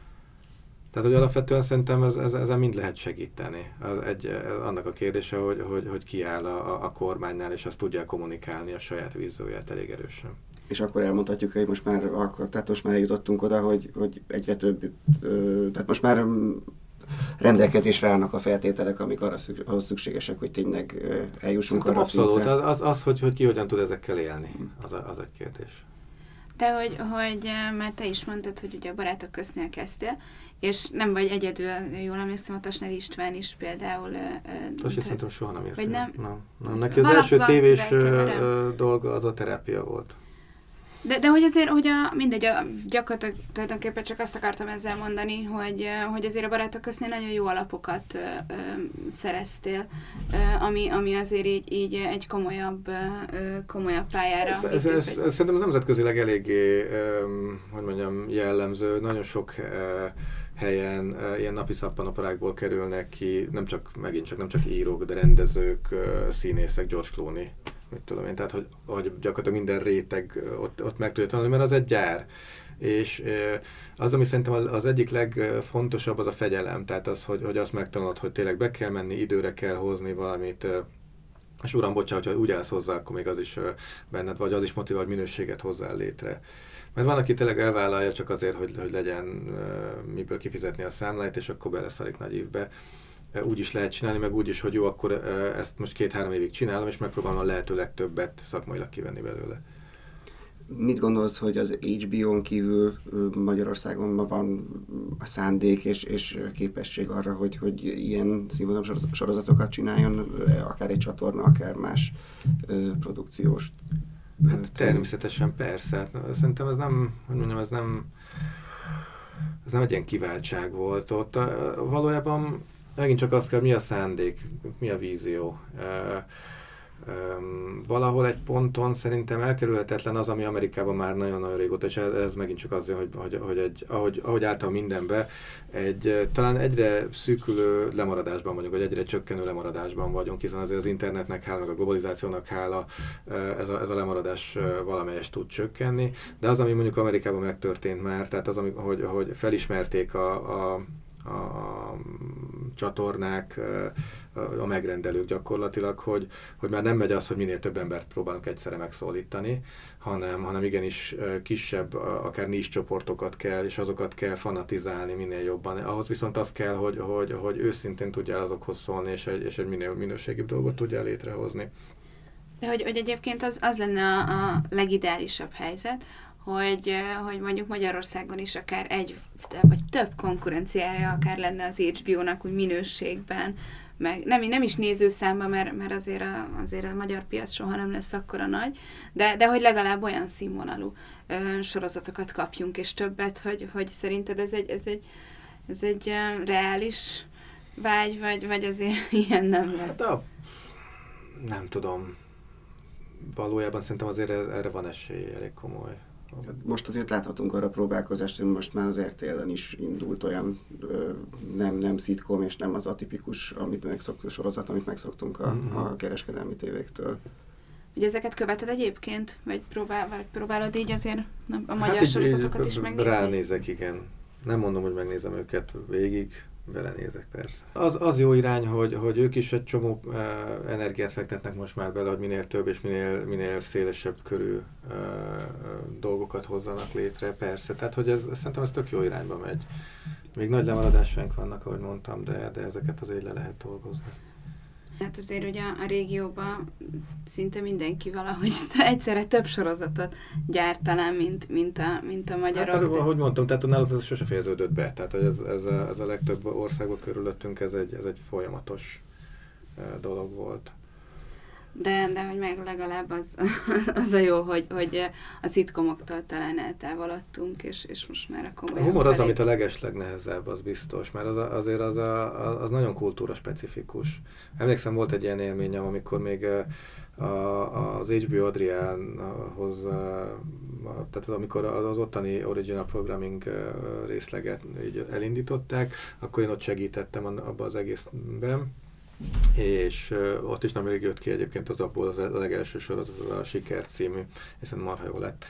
Tehát, hogy alapvetően szerintem ez, ez, ezen mind lehet segíteni. Az egy, annak a kérdése, hogy, hogy, hogy ki áll a, a kormánynál, és azt tudja kommunikálni a saját vízióját elég erősen. És akkor elmondhatjuk, hogy most már, akkor, tehát most már eljutottunk oda, hogy, hogy egyre több, ö, tehát most már rendelkezésre állnak a feltételek, amik arra szükség, ahhoz szükségesek, hogy tényleg eljussunk arra abszolút. Szintre. Az, az, az hogy, hogy ki hogyan tud ezekkel élni, az, az egy kérdés. De hogy, hogy már te is mondtad, hogy ugye a Barátok köznél kezdtél, és nem vagy egyedül, jól emlékszem, a Tasnedi István is például... Tos is szerintem soha nem értem. Nem? Nem, nem. Neki az első tévés dolga az a terápia volt. De, de hogy azért, hogy a, mindegy, a, gyakorlatilag tulajdonképpen csak azt akartam ezzel mondani, hogy, hogy azért a Barátok köznél nagyon jó alapokat ö, ö, szereztél, ö, ami, ami azért így, így egy komolyabb, ö, komolyabb pályára. Ez, ez, ez, ez szerintem nemzetközileg eléggé, ö, hogy mondjam, jellemző. Nagyon sok ö, helyen ö, ilyen napi szappanoperákból kerülnek ki, nem csak, megint csak nem csak írók, de rendezők, ö, színészek, George Clooney. Mit tudom én, tehát hogy, hogy gyakorlatilag minden réteg ott, ott meg tudja tanulni, mert az egy gyár. És az, ami szerintem az egyik legfontosabb, az a fegyelem, tehát az, hogy, hogy azt megtanulod, hogy tényleg be kell menni, időre kell hozni valamit, és uram, bocsánat, hogyha úgy állsz hozzá, akkor még az is benned, vagy az is motivál, hogy minőséget hozzál létre. Mert van, aki tényleg elvállalja csak azért, hogy, hogy legyen uh, miből kifizetni a számláit, és akkor beleszarik nagy évbe. Uh, úgy is lehet csinálni, meg úgy is, hogy jó, akkor uh, ezt most két-három évig csinálom, és megpróbálom a lehető legtöbbet szakmailag kivenni belőle. Mit gondolsz, hogy az há bé ó-n kívül Magyarországon ma van a szándék és, és képesség arra, hogy, hogy ilyen színvonalú sorozatokat csináljon, akár egy csatorna, akár más ö, produkciós? Hát természetesen persze. Hát, szerintem ez nem, hogy mondjam, ez nem, ez nem egy ilyen kiváltság volt ott. Valójában megint csak azt kell, mi a szándék, mi a vízió. Um, valahol egy ponton szerintem elkerülhetetlen az, ami Amerikában már nagyon-nagyon régóta, és ez, ez megint csak az, hogy, hogy, hogy egy, ahogy, ahogy általában mindenben, egy talán egyre szűkülő lemaradásban vagyunk, vagy egyre csökkenő lemaradásban vagyunk, hiszen azért az internetnek hála, meg a globalizációnak hála, ez a, ez a lemaradás valamelyest tud csökkenni, de az, ami mondjuk Amerikában megtörtént már, tehát az, ami, hogy, hogy felismerték a, a a csatornák, a megrendelők gyakorlatilag, hogy, hogy már nem megy az, hogy minél több embert próbálunk egyszerre megszólítani, hanem, hanem igenis kisebb, akár nincs csoportokat kell, és azokat kell fanatizálni minél jobban. Ahhoz viszont az kell, hogy, hogy, hogy őszintén tudjál azokhoz szólni, és egy, és egy minél minőségibb dolgot tudjál létrehozni. De hogy, hogy egyébként az, az lenne a, a legideálisabb helyzet, hogy, hogy mondjuk Magyarországon is akár egy vagy több konkurenciája akár lenne az há bé ó-nak úgy minőségben, meg nem, nem is nézőszámban, mert, mert azért, a, azért a magyar piac soha nem lesz akkora nagy, de, de hogy legalább olyan színvonalú ö, sorozatokat kapjunk, és többet, hogy, hogy szerinted ez egy, ez egy, ez egy ö, reális vágy, vagy, vagy azért ilyen nem lesz? De, nem tudom. Valójában szerintem azért erre van esély, elég komoly. Most azért láthatunk arra próbálkozást, hogy most már az er té el-en is indult olyan ö, nem, nem szitkom, és nem az atipikus, amit megszoktunk, sorozat, amit megszoktunk a, mm-hmm. a kereskedelmi tévéktől. Ugye ezeket követed egyébként? Vagy, próbál, vagy próbálod így azért a magyar hát sorozatokat is megnézni? Ránézek, igen. Nem mondom, hogy megnézem őket végig, belenézek persze. Az, az jó irány, hogy, hogy ők is egy csomó uh, energiát fektetnek most már bele, hogy minél több és minél, minél szélesebb körű uh, dolgokat hozzanak létre, persze. Tehát, hogy ez, szerintem ez tök jó irányba megy. Még nagy lemaradásaink vannak, ahogy mondtam, de, de ezeket azért le lehet dolgozni. Hát azért ugye a régióban szinte mindenki valahogy egyszerre több sorozatot gyárt talán, mint, mint, a, mint a magyarok. Hát, de... ahogy mondtam, tehát nálunk ez sose fejeződött be. Tehát ez, ez, a, ez a legtöbb országban körülöttünk, ez egy, ez egy folyamatos dolog volt. De, de hogy meg legalább az, az a jó, hogy, hogy a szitkomoktól talán eltávolodtunk, és, és most már a komolyan A humor felé... az, amit a legeslegnehezebb, az biztos, mert az a, azért az, a, az nagyon kultúra specifikus. Emlékszem, volt egy ilyen élményem, amikor még a, az há bé o Adriánhoz, tehát amikor az ottani original programming részleget így elindították, akkor én ott segítettem abban az egészben, és uh, ott is nemrég jött ki egyébként az abból az a legelső sorozat, az a Siker című, hiszen marha jó lett.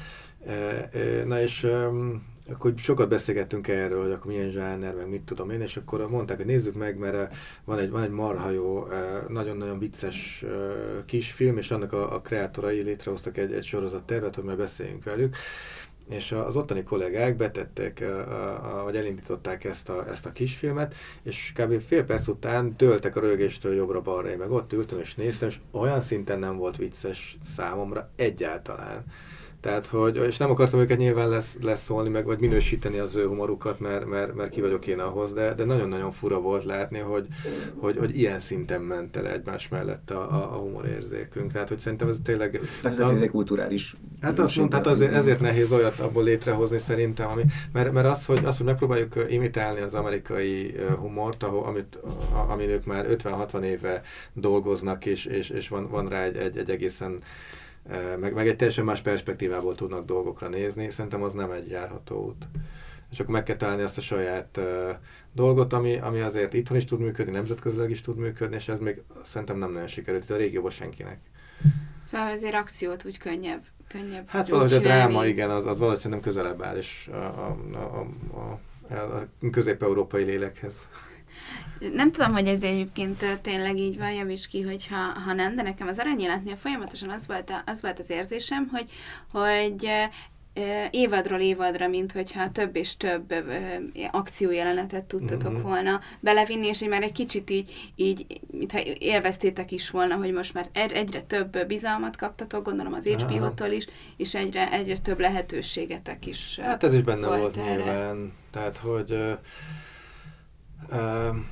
E, e, na és um, akkor sokat beszélgettünk erről, hogy akkor milyen zsáner, meg mit tudom én, és akkor mondták, hogy nézzük meg, mert van egy, van egy marha jó, nagyon-nagyon vicces kisfilm, és annak a, a kreátorai létrehoztak egy, egy sorozattervet, hogy majd beszéljünk velük. És az ottani kollégák betettek, a, a, vagy elindították ezt a, ezt a kisfilmet, és kb. Fél perc után dőltek a rögéstől jobbra-balra, én meg ott ültem és néztem, és olyan szinten nem volt vicces számomra egyáltalán. Tehát, hogy, és nem akartam őket nyilván lesz, leszólni, meg vagy minősíteni az ő humorukat, mert, mert, mert ki vagyok én ahhoz, de, de nagyon-nagyon fura volt látni, hogy, hogy, hogy ilyen szinten ment el egymás mellett a, a, a humorérzékünk. Tehát, hogy szerintem ez tényleg... Ez a, egy kulturális... Hát azt mondta, hát azért, ezért nehéz olyat abból létrehozni szerintem, ami, mert, mert az, hogy, az, hogy megpróbáljuk imitálni az amerikai humort, ahol, amit, amin ők már ötven-hatvan éve dolgoznak, és, és, és van, van rá egy, egy, egy egészen Meg, meg egy teljesen más perspektívából tudnak dolgokra nézni, szerintem az nem egy járható út. És akkor meg kell találni azt a saját uh, dolgot, ami, ami azért itthon is tud működni, nemzetközileg is tud működni, és ez még szerintem nem nagyon sikerült itt a régióban senkinek. Szóval azért akciót úgy könnyebb, könnyebb Hát valahogy a dráma, igen, az, az valahogy szerintem közelebb áll, és a, a, a, a, a, a közép-európai lélekhez. Nem tudom, hogy ez egyébként tényleg így van, javíts ki, hogyha ha nem, de nekem az Aranyéletnél folyamatosan az volt, a, az volt az érzésem, hogy, hogy évadról évadra, mint hogyha több és több akciójelenetet tudtatok mm-hmm. volna belevinni, és hogy már egy kicsit így, így mintha élveztétek is volna, hogy most már egyre több bizalmat kaptatok, gondolom az há bé ó-tól is, és egyre, egyre több lehetőségetek is. Hát ez is benne volt, volt nyilván. Tehát, hogy uh, uh,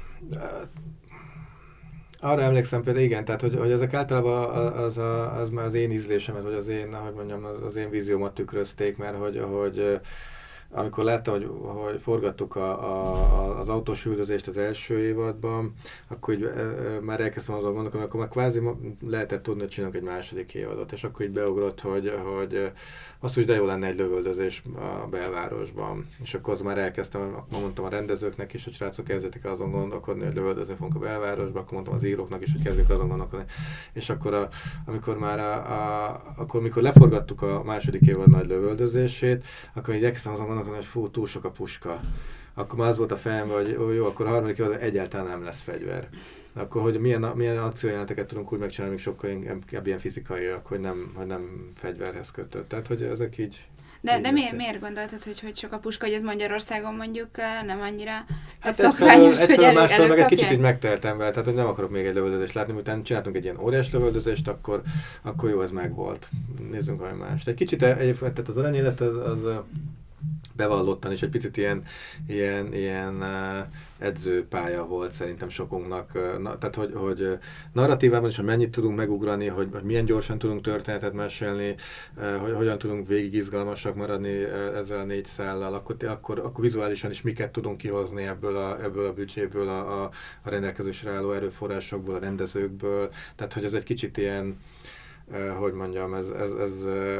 arra emlékszem például, igen, tehát hogy, hogy ezek általában az, a, az már az én ízlésemet, vagy az én, ahogy mondjam, az én víziómat tükrözték, mert hogy, hogy amikor láttam, hogy, hogy forgattuk a, a, az autós üldözést az első évadban, akkor így, e, már elkezdtem azon gondolkodni, akkor már kvázi lehetett tudni, hogy csinálunk egy második évadot, és akkor így beugrott, hogy, hogy azt is de jó lenne egy lövöldözés a belvárosban. És akkor az már elkezdtem, mondtam a rendezőknek is, hogy srácok, kezdjetek azon gondolkodni, hogy lövöldözni fogunk a belvárosba, akkor mondtam az íróknak is, hogy kezdjük azon gondolkodni. És akkor, a, amikor már a, a, akkor, mikor leforgattuk a második évad nagy lövöldözését, akkor így elkezdtem azon gondolkodni, hogy fú, túl sok a puska. Akkor már az volt a fejemben, hogy jó, akkor a harmadik évadban egyáltalán nem lesz fegyver. Akkor, hogy milyen, milyen akciójeleneteket tudunk úgy megcsinálni, még sokkal inkább ilyen fizikaiak, hogy nem, hogy nem fegyverhez kötött. Tehát, hogy ezek így... De, de miért, miért gondoltad, hogy, hogy csak a puska, hogy ez Magyarországon mondjuk nem annyira hát szokványos, egy hogy elő, másról meg egy kicsit így megteltem vele, tehát hogy nem akarok még egy lövöldözést látni, miután csináltunk egy ilyen óriás lövöldözést, akkor, akkor jó, ez megvolt. Nézzünk valami mást. Egy kicsit egyébként, tehát az Aranyélet az, az bevallottan is egy picit ilyen, ilyen, ilyen uh, edzőpálya volt szerintem sokunknak. Uh, na, tehát, hogy, hogy narratívában is, hogy mennyit tudunk megugrani, hogy, hogy milyen gyorsan tudunk történetet mesélni, uh, hogy hogyan tudunk végig izgalmasak maradni uh, ezzel a négy szállal, akkor, akkor, akkor vizuálisan is miket tudunk kihozni ebből a, ebből a büdzséből, a, a, a rendelkezésre álló erőforrásokból, a rendezőkből. Tehát, hogy ez egy kicsit ilyen, uh, hogy mondjam, ez, ez, ez uh,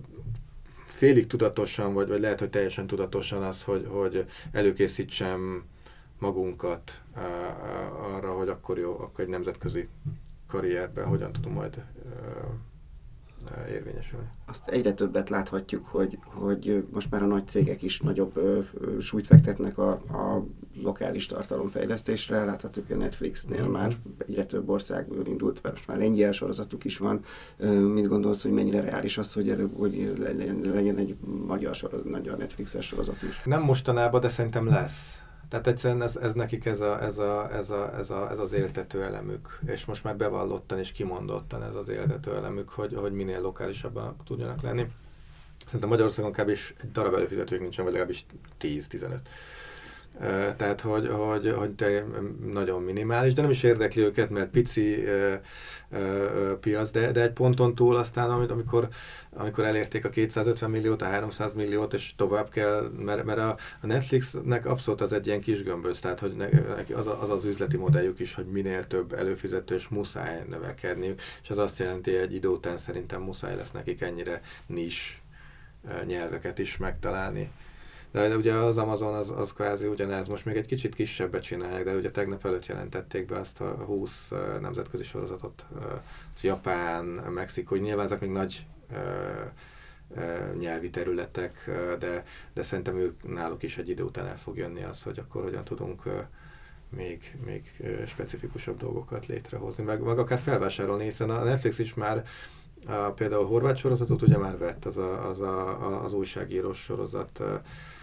félig tudatosan, vagy, vagy lehet, hogy teljesen tudatosan az, hogy, hogy előkészítsem magunkat uh, uh, arra, hogy akkor jó, akkor egy nemzetközi karrierben hogyan tudom majd uh, uh, érvényesülni. Azt egyre többet láthatjuk, hogy, hogy most már a nagy cégek is nagyobb uh, súlyt fektetnek a, a lokális tartalomfejlesztésre. Láthatjuk, hogy a Netflixnél mm-hmm. már egyre több országból indult, mert most már lengyel sorozatuk is van. Uh, mit gondolsz, hogy mennyire reális az, hogy előbb hogy legyen, legyen egy magyar, sorozat, magyar Netflixes sorozat is? Nem mostanában, de szerintem lesz. Tehát egyszerűen ez, ez nekik ez, a, ez, a, ez, a, ez, a, ez az éltető elemük, és most már bevallottan és kimondottan ez az éltető elemük, hogy, hogy minél lokálisabban tudjanak lenni. Szerintem Magyarországon kb. Is egy darab előfizetőjük nincsen, vagy legalábbis tíz-tizenöt. Uh, tehát, hogy, hogy, hogy te nagyon minimális, de nem is érdekli őket, mert pici uh, uh, piac, de, de egy ponton túl aztán, amikor, amikor elérték a kétszázötven milliót, a háromszáz milliót, és tovább kell, mert, mert a, a Netflixnek abszolút az egy ilyen kis gömböc, tehát hogy neki az, az az üzleti modelljük is, hogy minél több előfizető, és muszáj növekedniük, és az azt jelenti, hogy egy idő után szerintem muszáj lesz nekik ennyire nis uh, nyelveket is megtalálni. De ugye az Amazon az, az kvázi ugyanez, most még egy kicsit kisebbet csinálják, de ugye tegnap előtt jelentették be azt a húsz uh, nemzetközi sorozatot, uh, Japán, Mexikó, nyilván ezek még nagy uh, uh, nyelvi területek, uh, de, de szerintem ők náluk is egy idő után el fog jönni az, hogy akkor hogyan tudunk uh, még, még uh, specifikusabb dolgokat létrehozni, meg, meg akár felvásárolni, hiszen a Netflix is már uh, például a horvát sorozatot ugye már vett, az a, az, a, az újságírós sorozat, uh,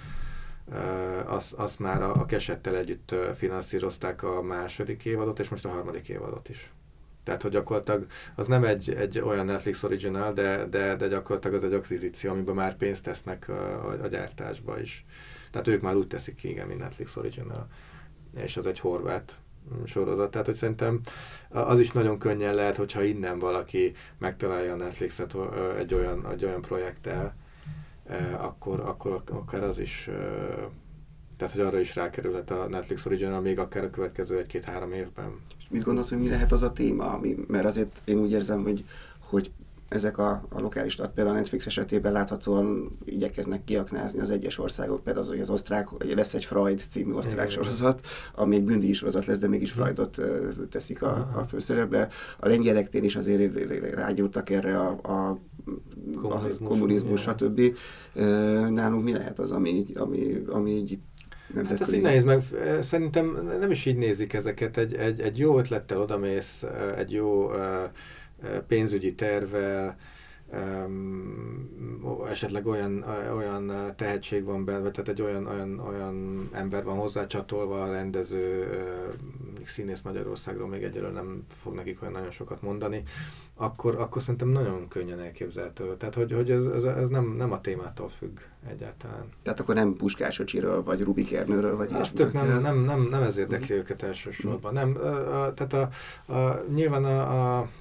Uh, azt, azt már a, a Kesettel együtt uh, finanszírozták a második évadot, és most a harmadik évadot is. Tehát, hogy gyakorlatilag az nem egy, egy olyan Netflix original, de, de, de gyakorlatilag az egy akvizíció, amiben már pénzt tesznek uh, a, a gyártásba is. Tehát ők már úgy teszik ki, igen, mint Netflix original. És az egy horvát sorozat. Tehát, hogy szerintem az is nagyon könnyen lehet, hogyha innen valaki megtalálja a Netflixet uh, egy olyan, egy olyan projekttel, Uh, akkor, akkor akár az is, uh, tehát hogy arra is rákerülhet a Netflix Original, még akár a következő egy-két-három évben. És mit gondolsz, hogy mi lehet az a téma? Ami, mert azért én úgy érzem, hogy, hogy ezek a, a lokális, tehát például a Netflix esetében láthatóan igyekeznek kiaknázni az egyes országok, például az, hogy az osztrák, hogy lesz egy Freud című osztrák igen. sorozat, ami egy bűndíj sorozat lesz, de mégis Freudot uh, teszik a, a főszerepbe. A lengyeleknél is azért rágyúrtak erre a, a kommunizmus, a kommunizmus stb. Uh, nálunk mi lehet az, ami, ami, ami így nemzetközi... Hát ez nehéz, meg szerintem nem is így nézik ezeket. Egy, egy, egy jó ötlettel odamész, egy jó pénzügyi tervvel, Um, esetleg olyan, olyan tehetség van benne, tehát egy olyan, olyan, olyan ember van hozzácsatolva, a rendező, uh, színész Magyarországról még egyelőre nem fog nekik olyan nagyon sokat mondani, akkor, akkor szerintem nagyon könnyen elképzelhető. Tehát, hogy, hogy ez, ez, ez nem, nem a témától függ egyáltalán. Tehát akkor nem Puskás öcsiről, vagy Rubik Ernőről, vagy azt tök nem, nem, nem, nem ez érdekli őket elsősorban. Nem, a, a, tehát a, a, nyilván a, a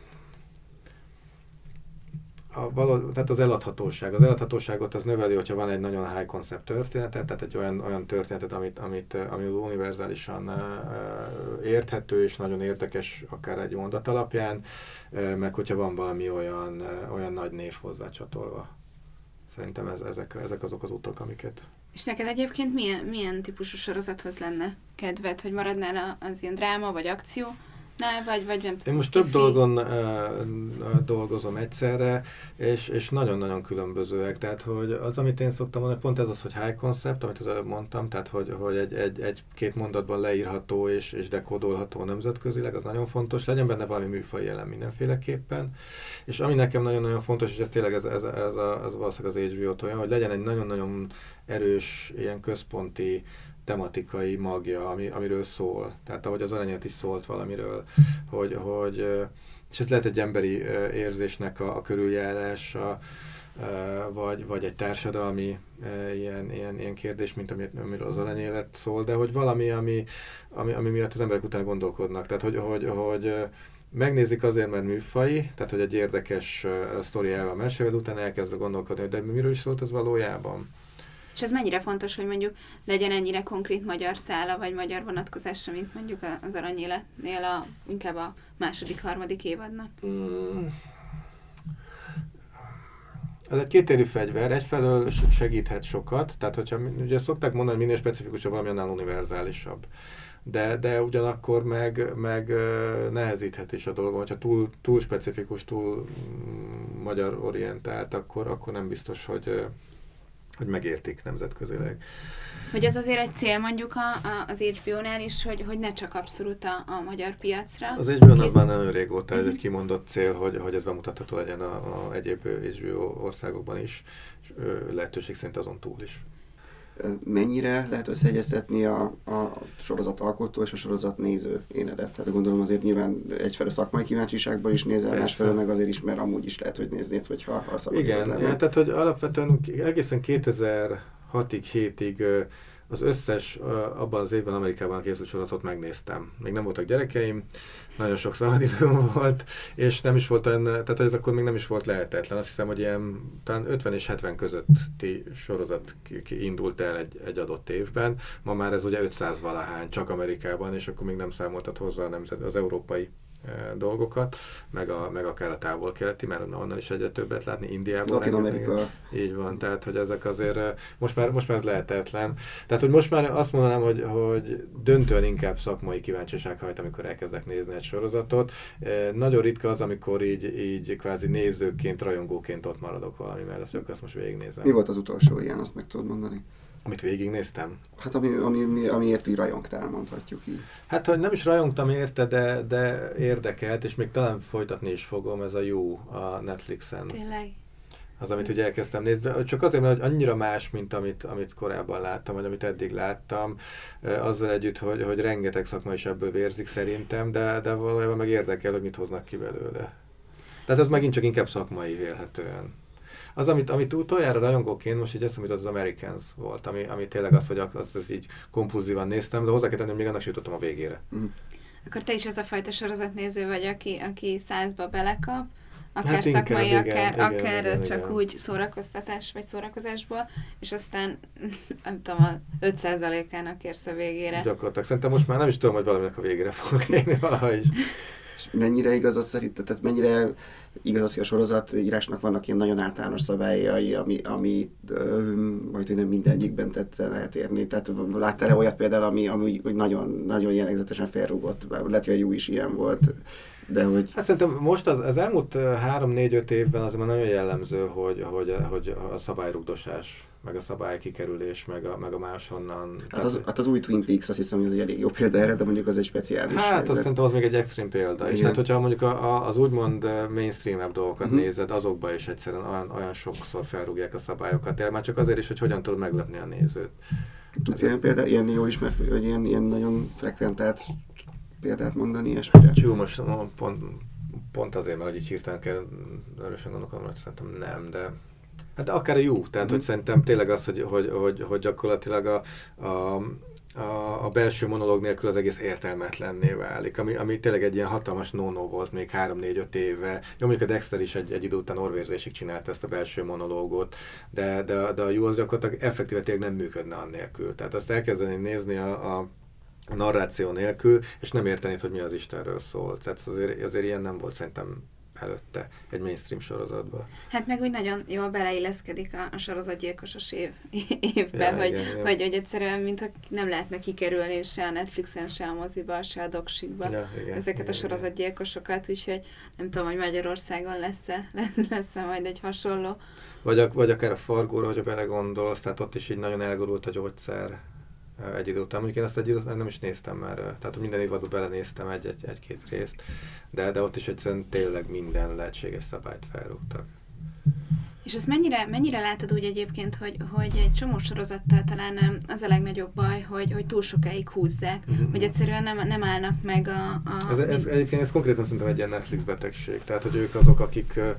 A való, tehát az eladhatóság. Az eladhatóságot az növeli, hogyha van egy nagyon high concept történetet, tehát egy olyan, olyan történetet, amit, amit, ami univerzálisan uh, érthető és nagyon érdekes, akár egy mondat alapján, uh, meg hogyha van valami olyan, uh, olyan nagy név hozzácsatolva. Szerintem ez, ezek, ezek azok az utak, amiket... És neked egyébként milyen, milyen típusú sorozathoz lenne kedved, hogy maradnál az ilyen dráma vagy akció? Ne, vagy, vagy nem Én most több dolgon uh, dolgozom egyszerre, és, és nagyon-nagyon különbözőek. Tehát, hogy az, amit én szoktam mondani, pont ez az, hogy high concept, amit az előbb mondtam, tehát, hogy, hogy egy, egy, egy-két mondatban leírható és, és dekódolható nemzetközileg, az nagyon fontos. Legyen benne valami műfai elem mindenféleképpen. És ami nekem nagyon-nagyon fontos, és ez tényleg ez, ez, ez, a, ez valószínűleg az há bé ó-tól olyan, hogy legyen egy nagyon-nagyon erős, ilyen központi tematikai magja, ami, amiről szól. Tehát ahogy az Aranyélet is szólt valamiről, hogy, hogy és ez lehet egy emberi érzésnek a, a körüljárása, vagy, vagy egy társadalmi ilyen, ilyen, ilyen kérdés, mint ami, amiről az Aranyélet szól, de hogy valami, ami, ami, ami miatt az emberek utána gondolkodnak. Tehát, hogy, hogy, hogy megnézik azért, mert műfai, tehát, hogy egy érdekes sztori elve a mesével, utána elkezd gondolkodni, hogy de miről is szólt ez valójában. És ez mennyire fontos, hogy mondjuk legyen ennyire konkrét magyar szála, vagy magyar vonatkozása, mint mondjuk az Aranyéletnél a, inkább a második, harmadik évadnak? Mm. Ez egy kétérű fegyver, egyfelől segíthet sokat, tehát hogyha ugye szokták mondani, hogy minél specifikusabb, valami annál univerzálisabb. De, de ugyanakkor meg, meg nehezíthet is a dolgon, hogyha túl, túl specifikus, túl magyar orientált, akkor, akkor nem biztos, hogy hogy megértik nemzetközileg. Hogy ez azért egy cél mondjuk a, a, az há bé ó-nál is, hogy, hogy ne csak abszolút a, a magyar piacra. Az há bé ó-nál már nagyon régóta ez egy kimondott cél, hogy, hogy ez bemutatható legyen a, a egyéb há bé ó országokban is, és lehetőség szerint azon túl is. Mennyire lehet összeegyeztetni a, a sorozat alkotó és a sorozat néző énedet? Tehát gondolom azért nyilván egyfelől szakmai kíváncsiságból is nézel, másfelől meg azért is, mert amúgy is lehet, hogy néznéd, hogyha a szabad. Igen, ja, tehát hogy alapvetően egészen kétezer-hatig, hétig az összes abban az évben Amerikában készült sorozatot megnéztem. Még nem voltak gyerekeim, nagyon sok szabadidőm volt, és nem is volt olyan, tehát ez akkor még nem is volt lehetetlen. Azt hiszem, hogy ilyen talán ötven és hetven közötti sorozat indult el egy, egy adott évben. Ma már ez ugye ötszáz valahány csak Amerikában, és akkor még nem számoltat hozzá a nemzet, az európai dolgokat, meg, a, meg akár a távol-keleti, mert onnan is egyre többet látni, Indiában. Latin-Amerika. Így van, tehát hogy ezek azért, most már, most már ez lehetetlen. Tehát, hogy most már azt mondanám, hogy, hogy döntően inkább szakmai kíváncsiság hajt, amikor elkezdek nézni egy sorozatot. E, nagyon ritka az, amikor így, így kvázi nézőként, rajongóként ott maradok valami mellett, hogy azt most végignézem. Mi volt az utolsó ilyen, azt meg tudod mondani? Amit végignéztem? Hát ami, ami, amiért így rajongtál, mondhatjuk így. Hát, hogy nem is rajongtam érte, de, de érdekelt, és még talán folytatni is fogom, ez a You a Netflixen. Tényleg? Az, amit ugye elkezdtem nézni, csak azért, mert annyira más, mint amit, amit korábban láttam, vagy amit eddig láttam, azzal együtt, hogy, hogy rengeteg szakma is ebből vérzik szerintem, de, de valójában meg érdekel, hogy mit hoznak ki belőle. Tehát ez megint csak inkább szakmai vélhetően. Az, amit, amit utoljára rajongóként, most így eszembe jutott, az Americans volt, ami, ami tényleg az, hogy azt az így kompulzívan néztem, de hozzá kell tenni, hogy még annak sem jutottam a végére. Mm. Akkor te is az a fajta sorozatnéző vagy, aki, aki százba belekap, akár hát szakmai, inkább, akár, igen, akár igen, csak igen. úgy szórakoztatás vagy szórakozásból, és aztán nem tudom, a öt százalékának érsz a végére. Gyakorlatilag. Szerintem most már nem is tudom, hogy valaminek a végére fogok érni valaha is. És mennyire igaz az szerinted, tehát mennyire igaz, hogy a sorozatírásnak vannak ilyen nagyon általános szabályai, ami, ami majd nem mindegyikben tette lehet érni. Tehát láttál-e olyat például, ami, ami úgy nagyon, nagyon jellegzetesen felrúgott? Lehet, hogy a Jó is ilyen volt, de hogy... Hát szerintem most az, az elmúlt három-négy-öt évben azért már nagyon jellemző, hogy, hogy, hogy a szabályrugdosás, meg a szabálykikerülés, meg a, meg a máshonnan. Hát az, hát az új Twin Peaks, azt hiszem, hogy az egy elég jó példa erre, de mondjuk az egy speciális. Hát azt szerintem az még egy extrém példa. És tehát, hogyha mondjuk a, a, az úgymond mainstream-ebb dolgokat uh-huh. nézed, azokba is egyszerűen olyan, olyan sokszor felrúgják a szabályokat, de már csak azért is, hogy hogyan tudod meglepni a nézőt. Tudsz ilyen példát, ilyen jól ismert, hogy ilyen, ilyen nagyon frekventált példát mondani, ilyesmire? Jó, most pont, pont azért, mert hogy így hirtelen kell erősen gondolkodnom, hogy szerintem nem, de hát akár a jó, tehát mm. hogy szerintem tényleg az, hogy, hogy, hogy, hogy gyakorlatilag a, a, a, a belső monológ nélkül az egész értelmetlenné válik, ami, ami tényleg egy ilyen hatalmas no-no volt még három-négy-öt éve. Jó, mondjuk a Dexter is egy, egy idő után orvérzésig csinálta ezt a belső monológot, de, de, de a jó az gyakorlatilag effektíve tényleg nem működne annélkül. Tehát azt elkezdeni nézni a, a a narráció nélkül, és nem érteni, hogy mi az Istenről szól. Tehát azért, azért ilyen nem volt szerintem előtte egy mainstream sorozatban. Hát meg úgy nagyon jól beleilleszkedik a, a sorozatgyilkosos év, évbe, ja, hogy, igen, igen. Hogy, hogy egyszerűen, mintha nem lehetne kikerülni se a Netflixen, se a moziba, se a doksikba ja, igen, ezeket igen, a sorozatgyilkosokat, úgyhogy nem tudom, hogy Magyarországon lesz-e, lesz, lesz-e majd egy hasonló. Vagy, a, vagy akár a Fargóra, hogyha belegondolsz, tehát ott is így nagyon elgurult a gyógyszer egy idő után. Mondjuk én ezt egy idő után nem is néztem már, tehát minden évadban belenéztem egy, egy, egy-két részt, de, de ott is egyszerűen tényleg minden lehetséges szabályt felrúgtak. És ezt mennyire, mennyire látod úgy egyébként, hogy, hogy egy csomó sorozattal talán az a legnagyobb baj, hogy, hogy túl sokáig húzzák, mm-hmm. hogy egyszerűen nem, nem állnak meg a... a ez, ez, egyébként ez konkrétan szerintem egy ilyen Netflix betegség, tehát hogy ők azok, akik uh,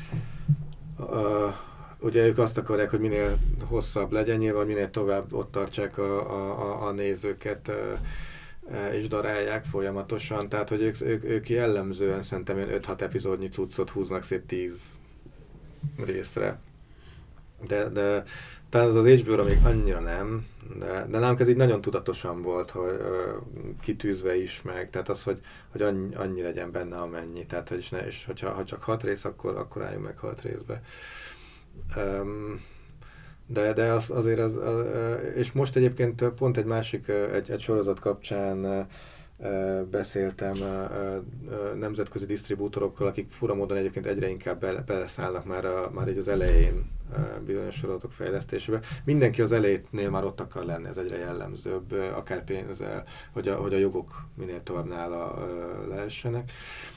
uh, ugye ők azt akarják, hogy minél hosszabb legyen, nyilván minél tovább ott tartsák a, a, a nézőket e, e, és darálják folyamatosan, tehát hogy ők, ők, ők jellemzően szerintem ilyen öt-hat epizódnyi cuccot húznak szét tíz részre. De, de talán az az há bé ó-ra még annyira nem, de, de nálunk ez így nagyon tudatosan volt, hogy ö, kitűzve is meg, tehát az, hogy, hogy annyi, annyi legyen benne amennyi, tehát hogy, és, ne, és hogyha ha csak hat rész, akkor, akkor álljunk meg hat részbe. Um, de, de az, azért az, az, és most egyébként pont egy másik, egy, egy sorozat kapcsán beszéltem nemzetközi disztribútorokkal, akik fura módon egyébként egyre inkább bele, beleszállnak már, a, már így az elején bizonyos sorozatok fejlesztésébe. Mindenki az elejétnél már ott akar lenni, ez egyre jellemzőbb, akár pénzzel, hogy a, hogy a jogok minél tovább nála lehessenek.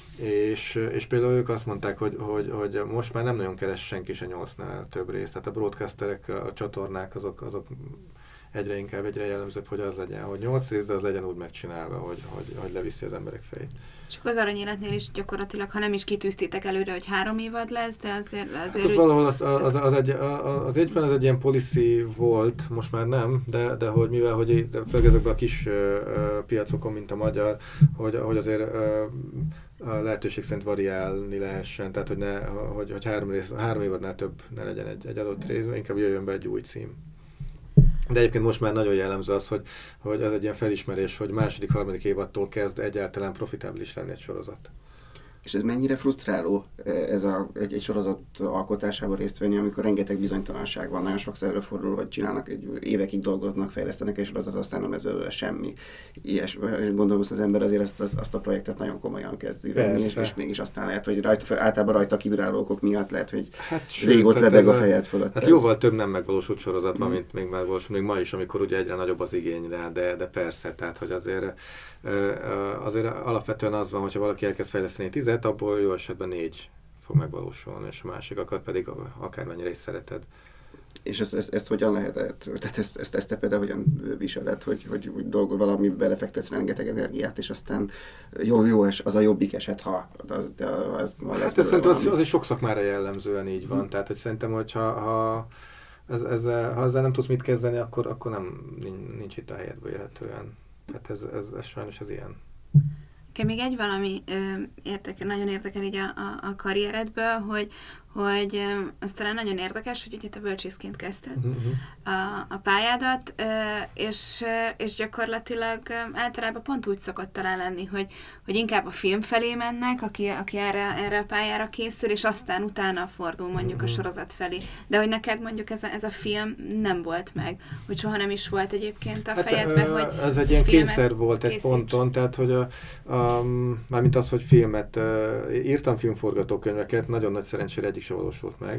És, és például ők azt mondták, hogy, hogy, hogy most már nem nagyon keres senki se nyolcnál több részt. Tehát a broadcasterek, a csatornák azok, azok egyre inkább, egyre jellemzőbb, hogy az legyen, hogy nyolc rész, de az legyen úgy megcsinálva, hogy, hogy, hogy leviszi az emberek fejét. És akkor az Aranyéletnél is gyakorlatilag, ha nem is kitűztétek előre, hogy három évad lesz, de azért... azért hát az valahol az, az, az, az, egy, az egyben az egy ilyen policy volt, most már nem, de, de hogy mivel, hogy főleg ezekben a kis uh, piacokon, mint a magyar, hogy, hogy azért uh, a lehetőség szerint variálni lehessen, tehát hogy, ne, hogy, hogy három, rész, három évadnál több ne legyen egy, egy adott részben, inkább jöjjön be egy új cím. De egyébként most már nagyon jellemző az, hogy, hogy ez egy ilyen felismerés, hogy második, harmadik évattól kezd egyáltalán profitábilis lenni egy sorozat. És ez mennyire frusztráló ez a, egy, egy sorozat alkotásában részt venni, amikor rengeteg bizonytalanság van, nagyon sokszor előfordul, hogy csinálnak, egy évekig dolgoznak, fejlesztenek egy sorozatot, aztán nem lesz belőle semmi. Ilyes, gondolom, hogy az ember azért ezt, az, azt a projektet nagyon komolyan kezdi venni, és, és mégis aztán lehet, hogy rajta, általában rajta kívülálló okok miatt lehet, hogy hát, végig ott lebeg a fejed fölött. Hát jóval több nem megvalósult sorozat van, mm. mint még megvalósul, még ma is, amikor ugye egyre nagyobb az igény rá, de, de persze, tehát hogy azért azért alapvetően az van, hogyha valaki elkezd fejleszteni tízet, abból jó esetben négy fog megvalósulni, és a másikat pedig akármennyire is szereted. És ezt, ezt, ezt hogyan lehet, tehát ezt, ezt, ezt te például hogyan viseled, hogy, hogy úgy dolgol valami, belefektetsz rengeteg energiát, és aztán jó, jó, az a jobbik eset, ha az, az hát lesz ez szerintem az, az is sok szakmára jellemzően így van, hmm. tehát hogy szerintem, hogyha ha ez, ezzel, ha ezzel nem tudsz mit kezdeni, akkor, akkor nem, nincs itt a helyed vélhetően. Tehát ez, ez, ez sajnos az ilyen. Nekem még egy valami ö, érdekel, nagyon érdekel így a, a, a karrieredből, hogy, hogy az talán nagyon érdekes, hogy ugye te bölcsészként kezdted uh-huh. a, a pályádat, és, és gyakorlatilag általában pont úgy szokott talán lenni, hogy, hogy inkább a film felé mennek, aki, aki erre, erre a pályára készül, és aztán utána fordul mondjuk uh-huh. a sorozat felé. De hogy neked mondjuk ez a, ez a film nem volt meg, hogy soha nem is volt egyébként a hát, fejedben, hogy ez egy ilyen kényszer volt egy ponton, tehát hogy a, a, mármint az, hogy filmet, írtam filmforgatókönyveket, nagyon nagy szerencsére egyik se valósult meg.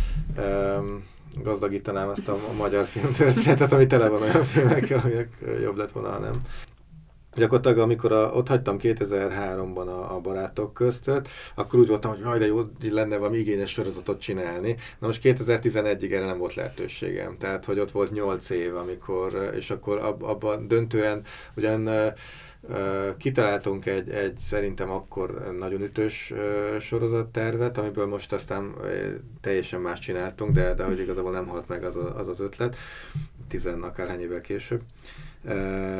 Um, gazdagítanám ezt a, a magyar filmtörténetet, ami tele van olyan filmekkel, aminek jobb lett volna, nem. Gyakorlatilag, amikor a, ott hagytam kétezer-háromban a, a Barátok köztöt, akkor úgy voltam, hogy jaj, de jó lenne valami igényes sorozatot csinálni. Na most kétezer-tizenegyig erre nem volt lehetőségem. Tehát, hogy ott volt nyolc év, amikor, és akkor ab, abban döntően ugyan Uh, kitaláltunk egy, egy szerintem akkor nagyon ütős uh, sorozattervet, amiből most aztán uh, teljesen más csináltunk, de, de hogy igazából nem halt meg az a, az, az ötlet, tizen akárhány évvel később. Uh,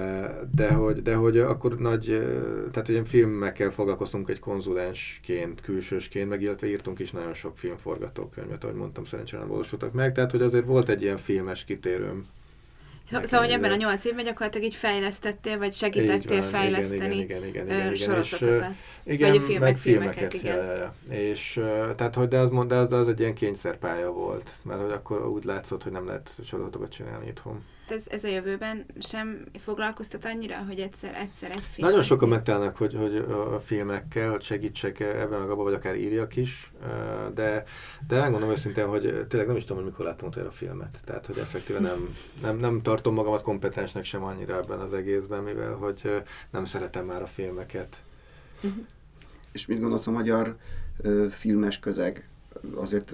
de, hogy, de hogy akkor nagy, uh, tehát ilyen filmekkel foglalkoztunk egy konzulensként, külsősként, meg illetve írtunk is nagyon sok filmforgatókönyvet, ahogy mondtam, szerencsére nem valósultak meg, tehát hogy azért volt egy ilyen filmes kitérőm. Szóval, hogy ebben a nyolc évben gyakorlatilag így fejlesztettél, vagy segítettél van, fejleszteni igen, igen, igen, igen, sorozatokat. Igen, vagy filmek, meg filmeket, filmeket, igen. Ja, ja, ja. És tehát, hogy de az, de az, de az egy ilyen kényszerpálya volt, mert hogy akkor úgy látszott, hogy nem lehet sorozatokat csinálni itthon. Ez, ez a jövőben sem foglalkoztat annyira, hogy egyszer, egyszer egy film. Nagyon sokan megtalálnak, hogy, hogy a filmekkel, hogy segítsek ebben meg abban, vagy akár írjak is, de, de elmondom őszintén, hogy tényleg nem is tudom, hogy mikor láttam utoljára a filmet. Tehát, hogy effektíven nem, nem, nem tartom magamat kompetensnek sem annyira ebben az egészben, mivel hogy nem szeretem már a filmeket. Uh-huh. És mit gondolsz a magyar ö, filmes közeg? Azért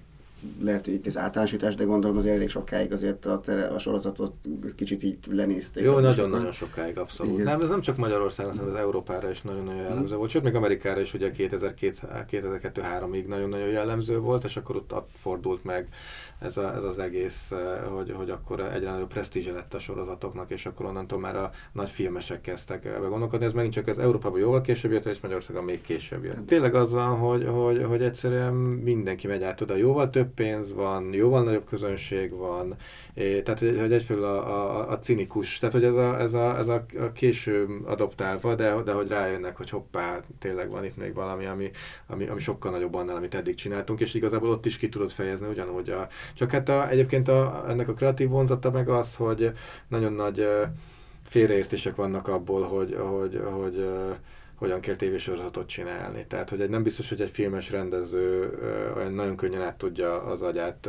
lehet, hogy ez általánosítás, de gondolom azért elég sokáig azért a, a sorozatot kicsit így lenézték. Jó, nagyon-nagyon sokáig, abszolút. Igen. Nem, ez nem csak Magyarországon, hanem az Európára is nagyon-nagyon jellemző mm. volt. Sőt, még Amerikára is ugye kétezer-kettő-háromig nagyon-nagyon jellemző volt, és akkor ott fordult meg ez, a, ez az egész, hogy, hogy akkor egyre nagyobb presztízse lett a sorozatoknak, és akkor onnantól már a nagy filmesek kezdtek ebbe gondolkodni. Ez megint csak az Európában jóval később jött, és Magyarországon még később jött. Tényleg az van, hogy, hogy, hogy egyszerűen mindenki megy át oda. Jóval több pénz van, jóval nagyobb közönség van, é, tehát hogy, hogy egyfelől a, a, a cinikus, tehát hogy ez a, ez a, ez a késő adoptálva, de, de hogy rájönnek, hogy hoppá, tényleg van itt még valami, ami, ami, ami sokkal nagyobb annál, amit eddig csináltunk, és igazából ott is ki tudod fejezni ugyanúgy. A, csak hát a, egyébként a, ennek a kreatív vonzata meg az, hogy nagyon nagy félreértések vannak abból, hogy, hogy, hogy hogyan kell tévésorozatot csinálni. Tehát, hogy egy, nem biztos, hogy egy filmes rendező olyan nagyon könnyen át tudja az agyát,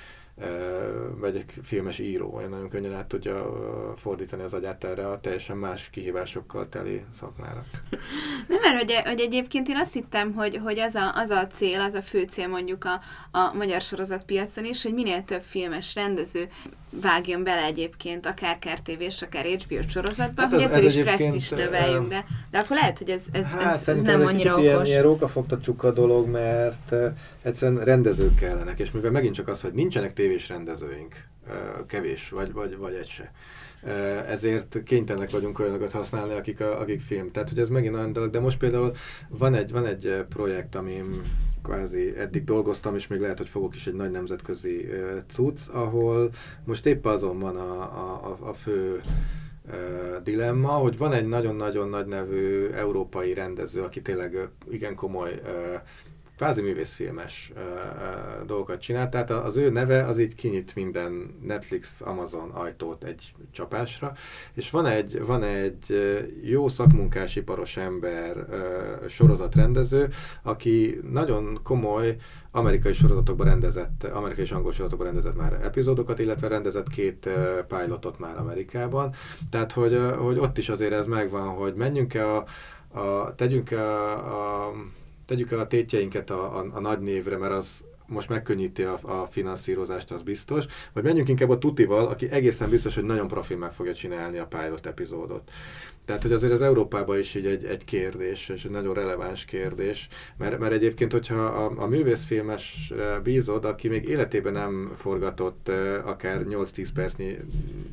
vagy egy filmes író olyan nagyon könnyen át tudja fordítani az agyát erre a teljesen más kihívásokkal teli szakmára. Nem, mert hogy, hogy egyébként én azt hittem, hogy, hogy az, a, az a cél, az a fő cél mondjuk a, a magyar sorozatpiacon is, hogy minél több filmes rendező vágjon bele egyébként akár ká er té vés, akár há bé ó sorozatba, hát hogy ezzel is presztízs növeljünk, de, de akkor lehet, hogy ez, ez, hát, ez nem annyira okos. Ilyen, ilyen rókafogta csuka dolog, mert uh, egyszerűen rendezők kellenek, és mivel megint csak az, hogy nincsenek tévés rendezőink, uh, kevés, vagy, vagy, vagy egy se. Uh, ezért kénytelenek vagyunk olyanokat használni, akik, a, akik film. Tehát, hogy ez megint olyan dolog, de most például van egy, van egy projekt, amin kvázi eddig dolgoztam, és még lehet, hogy fogok is, egy nagy nemzetközi uh, cucc, ahol most épp azon van a, a, a fő uh, dilemma, hogy van egy nagyon-nagyon nagy nevű európai rendező, aki tényleg uh, igen komoly uh, kvázi művészfilmes uh, uh, dolgokat csinál, tehát az ő neve az így kinyit minden Netflix, Amazon ajtót egy csapásra, és van egy, van egy jó szakmunkás, iparos ember, uh, sorozatrendező, aki nagyon komoly amerikai sorozatokban rendezett, amerikai és angol sorozatokban rendezett már epizódokat, illetve rendezett két uh, pilotot már Amerikában, tehát hogy, uh, hogy ott is azért ez megvan, hogy menjünk-e a, a tegyünk-e a, a tegyük el a tétjeinket a, a, a nagy névre, mert az most megkönnyíti a, a finanszírozást, az biztos, vagy menjünk inkább a tutival, aki egészen biztos, hogy nagyon profil meg fogja csinálni a pilot epizódot. Tehát, hogy azért az Európában is így egy, egy kérdés, és egy nagyon releváns kérdés, mert, mert egyébként, hogyha a, a művészfilmes bízod, aki még életében nem forgatott akár nyolc-tíz percnyi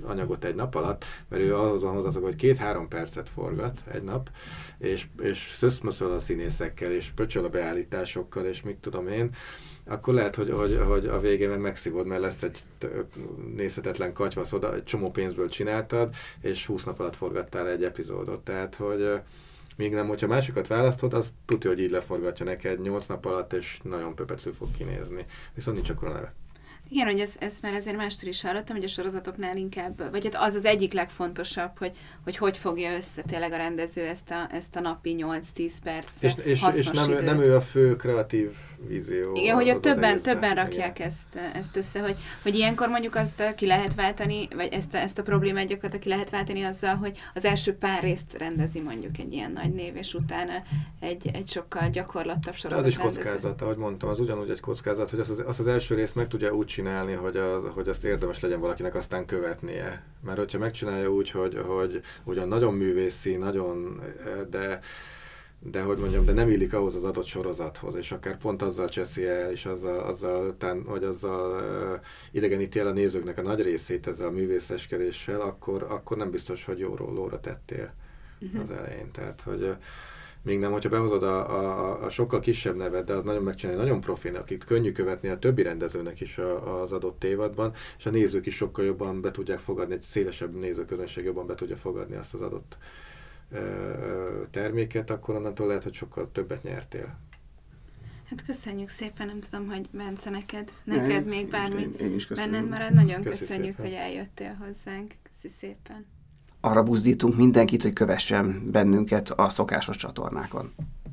anyagot egy nap alatt, mert ő ahhoz van hozzászokva, hogy két-három percet forgat egy nap, és, és szöszmöszöl a színészekkel, és pöcsöl a beállításokkal, és mit tudom én, akkor lehet, hogy, hogy, hogy a végén meg megszívod, mert lesz egy nézhetetlen katyvasz oda, egy csomó pénzből csináltad, és húsz nap alatt forgattál egy epizódot. Tehát, hogy még nem, hogyha másikat választod, az tudja, hogy így leforgatja neked nyolc nap alatt, és nagyon pöpecül fog kinézni. Viszont nincs akkor a neve. Igen, hogy ezt, ezt már azért mástól is hallottam, hogy a sorozatoknál inkább, vagy hát az az egyik legfontosabb, hogy hogy, hogy fogja össze tényleg a rendező ezt a, ezt a napi nyolc-tíz perc és, és, hasznos és nem, időt. nem ő a fő kreatív vízió. Igen, hogy ott többen, egészben. többen rakják ezt, ezt össze, hogy, hogy ilyenkor mondjuk azt ki lehet váltani, vagy ezt a, ezt a problémát gyakorlatilag ki lehet váltani azzal, hogy az első pár részt rendezi mondjuk egy ilyen nagy név, és utána egy, egy sokkal gyakorlatabb sorozat az is rendező. kockázat, ahogy mondtam, az ugyanúgy egy kockázat, hogy azt az, azt az első részt meg tudja úgy csinálni, hogy, az, hogy azt érdemes legyen valakinek aztán követnie. Mert hogyha megcsinálja úgy, hogy, hogy ugyan nagyon művészi, nagyon, de, de hogy mondjam, de nem illik ahhoz az adott sorozathoz, és akár pont azzal cseszi el, és azzal, azzal, tán, vagy azzal uh, idegeníti el a nézőknek a nagy részét ezzel a művészeskedéssel, akkor, akkor nem biztos, hogy jóról lóra tettél uh-huh. az elején. Tehát, hogy uh, még nem, hogyha behozod a, a, a sokkal kisebb nevet, de az nagyon megcsinálja, nagyon profin, akit könnyű követni a többi rendezőnek is a, az adott évadban, és a nézők is sokkal jobban be tudják fogadni, egy szélesebb nézőközönség jobban be tudja fogadni azt az adott ö, terméket, akkor onnantól lehet, hogy sokkal többet nyertél. Hát köszönjük szépen, nem tudom, hogy Bence, neked, neked még bármi én, én is benned marad. Nagyon Köszi köszönjük, szépen. hogy eljöttél hozzánk. Köszi szépen. Arra buzdítunk mindenkit, hogy kövessen bennünket a szokásos csatornákon.